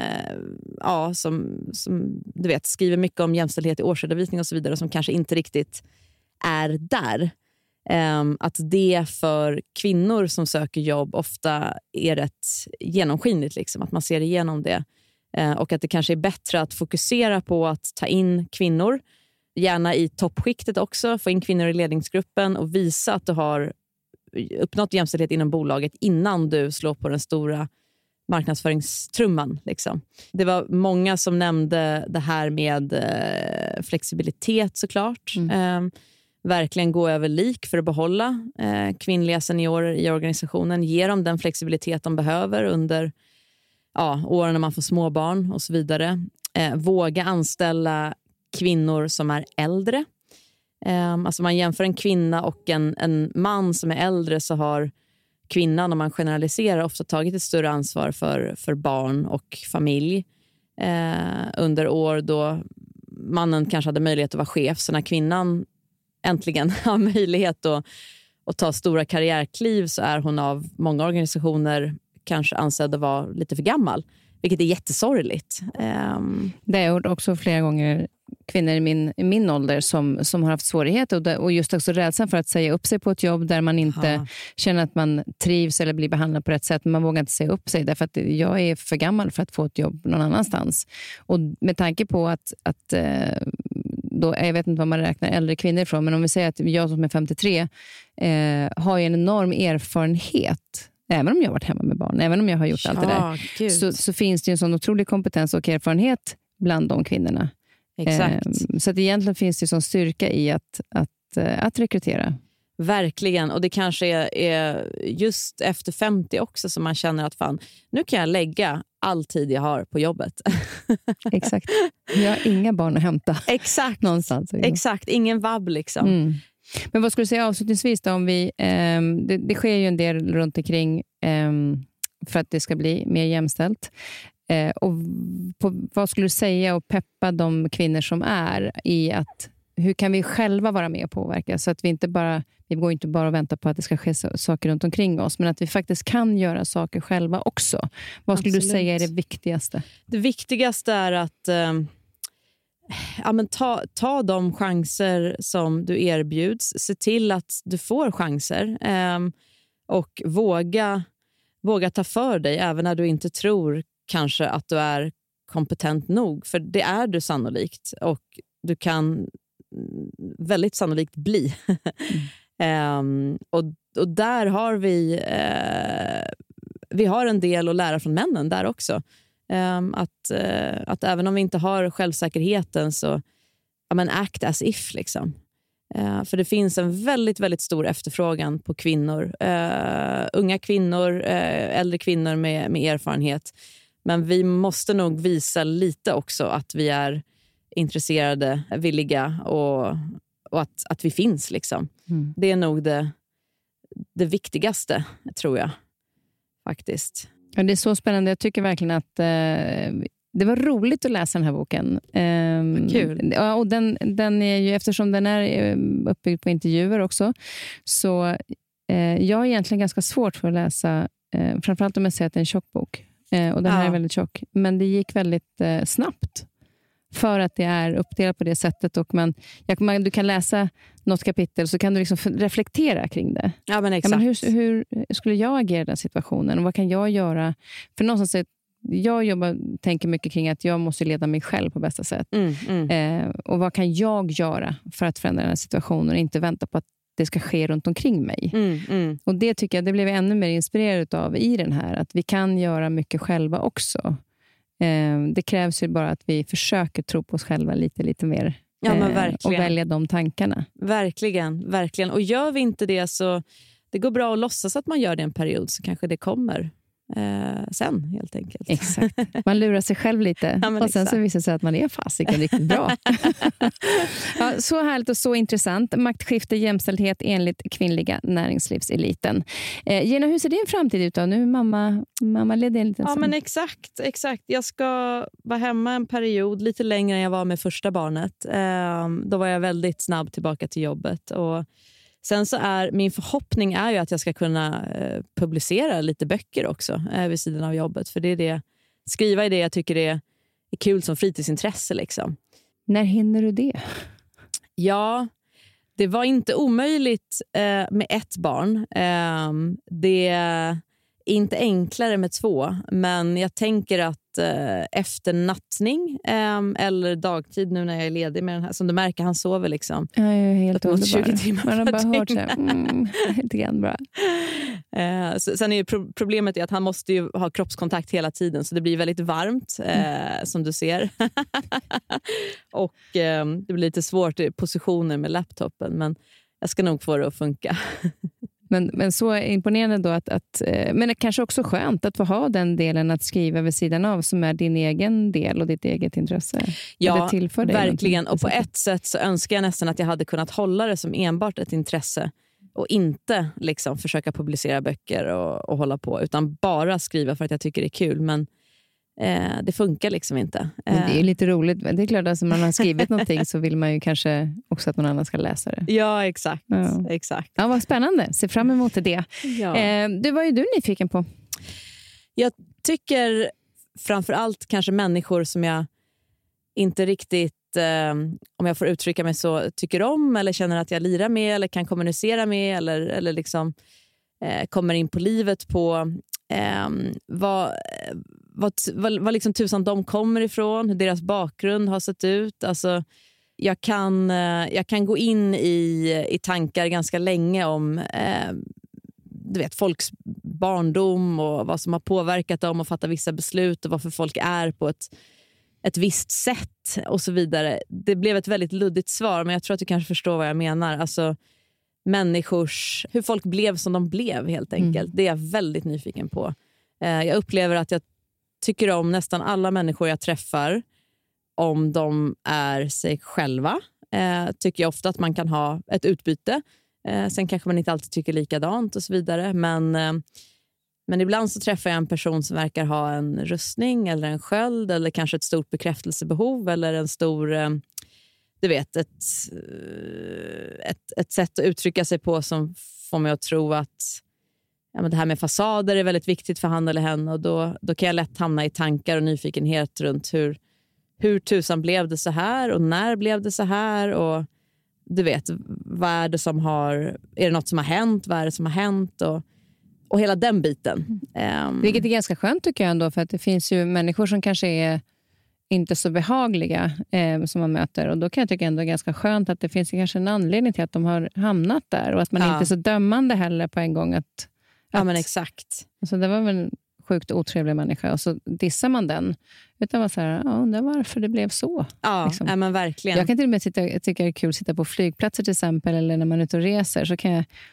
som du vet, skriver mycket om jämställdhet i årsredovisning och så vidare, som kanske inte riktigt är där. Att det för kvinnor som söker jobb ofta är rätt genomskinligt, liksom, att man ser igenom det. Och att det kanske är bättre att fokusera på att ta in kvinnor, gärna i toppskiktet också, få in kvinnor i ledningsgruppen och visa att du har uppnått jämställdhet inom bolaget innan du slår på den stora marknadsföringstrumman. Liksom. Det var många som nämnde det här med flexibilitet såklart. Verkligen gå över lik för att behålla kvinnliga seniorer i organisationen. Ge dem den flexibilitet de behöver under åren när man får småbarn och så vidare. Våga anställa kvinnor som är äldre. Alltså man jämför en kvinna och en man som är äldre, så har kvinnan, om man generaliserar, ofta tagit ett större ansvar för barn och familj under år då mannen kanske hade möjlighet att vara chef. Så när kvinnan äntligen har möjlighet att ta stora karriärkliv, så är hon av många organisationer kanske ansedd att vara lite för gammal, vilket är jättesorgligt. Det har gjort också flera gånger kvinnor i min ålder som har haft svårigheter och just också rädslan för att säga upp sig på ett jobb där man inte känner att man trivs eller blir behandlad på rätt sätt, men man vågar inte säga upp sig därför att jag är för gammal för att få ett jobb någon annanstans. Och med tanke på att då, jag vet inte vad man räknar äldre kvinnor ifrån, men om vi säger att jag som är 53 har en enorm erfarenhet. Även om jag har varit hemma med barn, även om jag har gjort allt det där, så finns det en sån otrolig kompetens och erfarenhet bland de kvinnorna. Exakt. Så att egentligen finns det en sån styrka i att rekrytera. Verkligen, och det kanske är just efter 50 också som man känner att fan, nu kan jag lägga all tid jag har på jobbet. Exakt. Jag har inga barn att hämta. Exakt. Någonstans. Exakt, ingen vabb liksom. Men vad skulle du säga avslutningsvis då, om vi, det sker ju en del runt omkring för att det ska bli mer jämställt. Och vad skulle du säga och peppa de kvinnor som är i att hur kan vi själva vara med och påverka, så att vi går inte bara och väntar på att det ska ske saker runt omkring oss, men att vi faktiskt kan göra saker själva också. Vad skulle du säga är det viktigaste? Det viktigaste är att ta de chanser som du erbjuds. Se till att du får chanser och våga ta för dig även när du inte tror kanske att du är kompetent nog, för det är du sannolikt och du kan väldigt sannolikt bli. Och där har vi har en del att lära från männen där också. Att även om vi inte har självsäkerheten, så act as if liksom. För det finns en väldigt, väldigt stor efterfrågan på kvinnor. Unga kvinnor, äldre kvinnor med erfarenhet. Men vi måste nog visa lite också att vi är intresserade, villiga och att vi finns liksom. Det är nog det viktigaste, tror jag faktiskt. Ja, det är så spännande. Jag tycker verkligen att det var roligt att läsa den här boken. Kul. Ja, och den är ju, eftersom den är uppbyggd på intervjuer också, så jag är egentligen ganska svårt för att läsa, framförallt om jag säger att det är en tjock bok. Och den här är väldigt tjock. Men det gick väldigt snabbt. För att det är uppdelat på det sättet. Och du kan läsa något kapitel så kan du liksom reflektera kring det. Ja, men exakt. Ja, men hur skulle jag agera i den situationen? Och vad kan jag göra? För någonstans jag tänker mycket kring att jag måste leda mig själv på bästa sätt. Och vad kan jag göra för att förändra den här situationen och inte vänta på att det ska ske runt omkring mig. Och det tycker jag, det blev jag ännu mer inspirerad av i den här. Att vi kan göra mycket själva också. Det krävs ju bara att vi försöker tro på oss själva lite mer. Ja, men verkligen. Och välja de tankarna. Verkligen, verkligen. Och gör vi inte det så det går bra att låtsas att man gör det en period så kanske det kommer sen helt enkelt. Exakt. Man lurar sig själv lite och sen så visar det sig att man är fasiken riktigt bra. Ja, så härligt och så intressant. Maktskifte, jämställdhet enligt kvinnliga näringslivseliten. Gina, hur ser din framtid ut då? Nu är mamma ledig en liten stund. Ja, men exakt. Jag ska vara hemma en period lite längre än jag var med första barnet. Då var jag väldigt snabb tillbaka till jobbet och sen så är min förhoppning är ju att jag ska kunna publicera lite böcker också vid sidan av jobbet. För det är det, skriva i det jag tycker är kul som fritidsintresse liksom. När hinner du det? Ja, det var inte omöjligt med ett barn. Det är inte enklare med 2. Men jag tänker att efter nattning eller dagtid nu när jag är ledig med den här, som du märker, han sover liksom. Ja, jag är helt underbar. 20 timmar man har bara hört det. Lite grann bra. Sen är ju problemet är att han måste ju ha kroppskontakt hela tiden så det blir väldigt varmt som du ser. Och det blir lite svårt i positioner med laptopen, men jag ska nog få det att funka. Men så imponerande då men det kanske också skönt att få ha den delen att skriva vid sidan av som är din egen del och ditt eget intresse. Ja, verkligen. Och på ett sätt så önskar jag nästan att jag hade kunnat hålla det som enbart ett intresse och inte liksom försöka publicera böcker och hålla på, utan bara skriva för att jag tycker det är kul. Men det funkar liksom inte. Men det är ju lite roligt. Det är klart att om man har skrivit någonting så vill man ju kanske också att någon annan ska läsa det. Ja, exakt. Exakt. Ja, vad spännande. Se fram emot det. Ja. Vad är du nyfiken på? Jag tycker framförallt kanske människor som jag inte riktigt, om jag får uttrycka mig så, tycker om eller känner att jag lirar med eller kan kommunicera med eller liksom kommer in på livet på vad liksom tusan de kommer ifrån, hur deras bakgrund har sett ut. Alltså, jag kan gå in i tankar ganska länge om du vet, folks barndom och vad som har påverkat dem och fatta vissa beslut och varför folk är på ett visst sätt och så vidare. Det blev ett väldigt luddigt svar, men jag tror att du kanske förstår vad jag menar. Alltså hur folk blev som de blev helt enkelt. Det är jag väldigt nyfiken på. Jag upplever att jag tycker om nästan alla människor jag träffar om de är sig själva. Tycker jag ofta att man kan ha ett utbyte. Sen kanske man inte alltid tycker likadant och så vidare. Men ibland så träffar jag en person som verkar ha en rustning eller en sköld eller kanske ett stort bekräftelsebehov eller en stor, du vet, ett sätt att uttrycka sig på som får mig att tro att men det här med fasader är väldigt viktigt för han eller henne, och då kan jag lätt hamna i tankar och nyfikenhet runt hur tusan blev det så här och när blev det så här, och du vet, vad är det är det något som har hänt, vad är det som har hänt och hela den biten. Vilket är ganska skönt tycker jag ändå, för att det finns ju människor som kanske är inte så behagliga som man möter, och då kan jag tycka ändå ganska skönt att det finns kanske en anledning till att de har hamnat där, och att man inte är så dömande heller på en gång att ja, men exakt. Alltså det var väl en sjukt otrevlig människa och så dissar man den. Utan var så här, undrar varför det blev så. Ja, liksom. Men verkligen. Jag kan till och med tycka det är kul att sitta på flygplatser till exempel, eller när man är ute och reser, så kan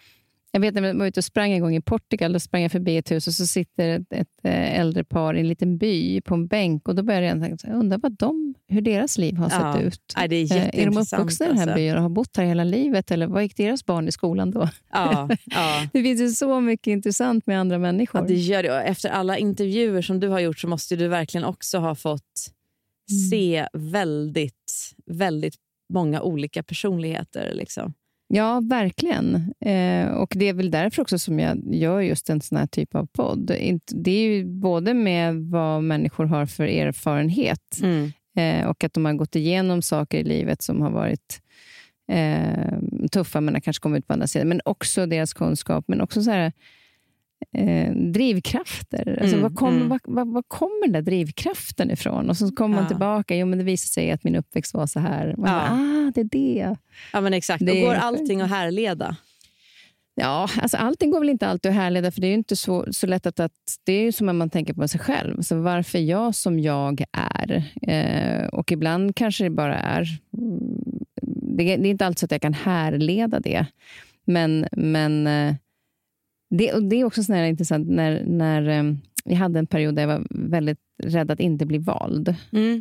Jag vet när jag var ute och sprang en gång i Portugal, då sprang jag förbi ett hus och så sitter ett äldre par i en liten by på en bänk och då började jag tänka, undrar hur deras liv har sett ut. Ja, det är jätteintressant. Är de uppvuxna i den här byn och har bott här hela livet eller vad gick deras barn i skolan då? Ja. Det finns ju så mycket intressant med andra människor. Ja, det gör det. Efter alla intervjuer som du har gjort så måste du verkligen också ha fått se väldigt, väldigt många olika personligheter liksom. Ja, verkligen. Och det är väl därför också som jag gör just en sån här typ av podd. Det är ju både med vad människor har för erfarenhet och att de har gått igenom saker i livet som har varit tuffa men har kanske kommit ut på andra sidan. Men också deras kunskap, men också så här drivkrafter. Alltså, var kommer den där drivkraften ifrån? Och så kommer man tillbaka. Jo, men det visar sig att min uppväxt var så här. Man bara, det är det. Ja, men exakt. Det går allting att härleda. Ja, alltså allting går väl inte alltid att härleda, för det är ju inte så lätt att det är ju som om man tänker på sig själv. Så varför är jag som jag är? Och ibland kanske det bara är det är inte alltid så att jag kan härleda det. Men det är också sån här intressant när jag hade en period där jag var väldigt rädd att inte bli vald.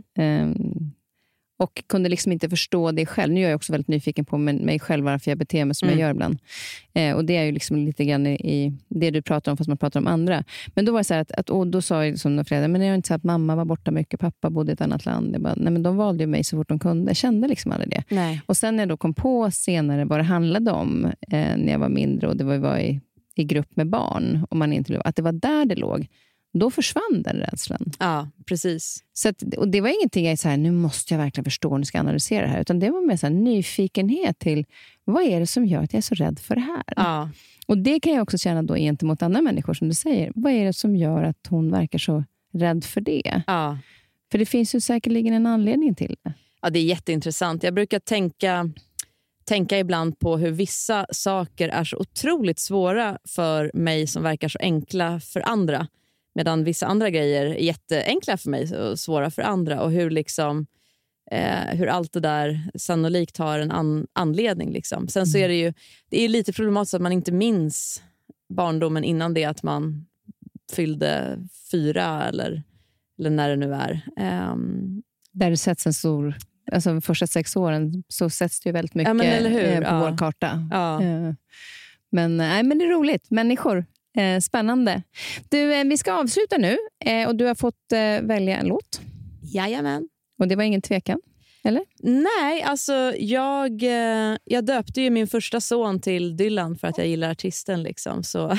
Och kunde liksom inte förstå det själv. Nu är jag också väldigt nyfiken på mig själv, varför jag beter mig som jag gör ibland. Och det är ju liksom lite grann i det du pratar om, fast man pratar om andra. Men då var det så här och då sa jag som fredag, men det är inte så att mamma var borta mycket, pappa bodde i ett annat land. Jag bara, nej, men de valde ju mig så fort de kunde. Jag kände liksom aldrig det. Nej. Och sen när jag då kom på senare vad det handlade om när jag var mindre och det var i grupp med barn, och man inte att det var där det låg. Då försvann den rädslan. Ja, precis. Så och det var ingenting jag så här, nu måste jag verkligen förstå och nu ska jag analysera det här. Utan det var mer så här, nyfikenhet till vad är det som gör att jag är så rädd för det här? Ja. Och det kan jag också känna då gentemot andra människor som du säger. Vad är det som gör att hon verkar så rädd för det? Ja. För det finns ju säkerligen en anledning till det. Ja, det är jätteintressant. Jag brukar tänka ibland på hur vissa saker är så otroligt svåra för mig som verkar så enkla för andra. Medan vissa andra grejer är jätteenkla för mig och svåra för andra. Och hur hur allt det där sannolikt har en anledning. Liksom. Sen så är det är lite problematiskt att man inte minns barndomen innan det att man fyllde 4 eller när det nu är. Där det sätts en stor... Alltså första 6 åren så sätts det ju väldigt mycket på vår karta. Ja. Men det är roligt. Människor. Spännande. Du, vi ska avsluta nu och du har fått välja en låt. Jajamän. Och det var ingen tvekan, eller? Nej, alltså jag döpte ju min första son till Dylan för att jag gillar artisten liksom, så.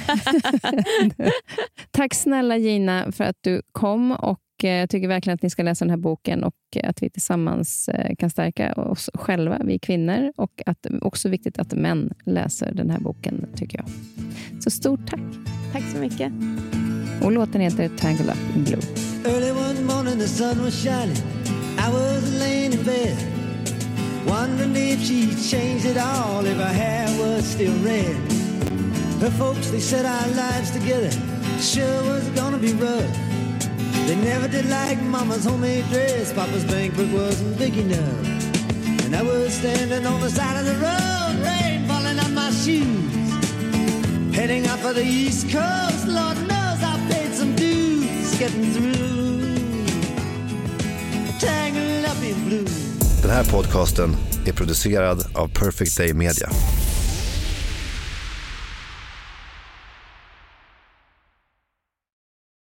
Tack snälla Gina för att du kom, och jag tycker verkligen att ni ska läsa den här boken och att vi tillsammans kan stärka oss själva, vi kvinnor, och att det är också viktigt att män läser den här boken, tycker jag. Så stort tack. Tack så mycket. Och låten heter Tangled Up in Blue. Early one morning the sun was shining, I was laying in bed, wondering if she'd changed it all, if her hair was still red. Her folks, they said our lives together sure was gonna be rough. They never did like Mama's homemade dress, Papa's bankbook wasn't big enough. And I was standing on the side of the road, rain falling on my shoes, heading up for the East Coast. Lord knows I paid some dues getting through. Tangled up in blue. Den här podcasten är producerad av Perfect Day Media.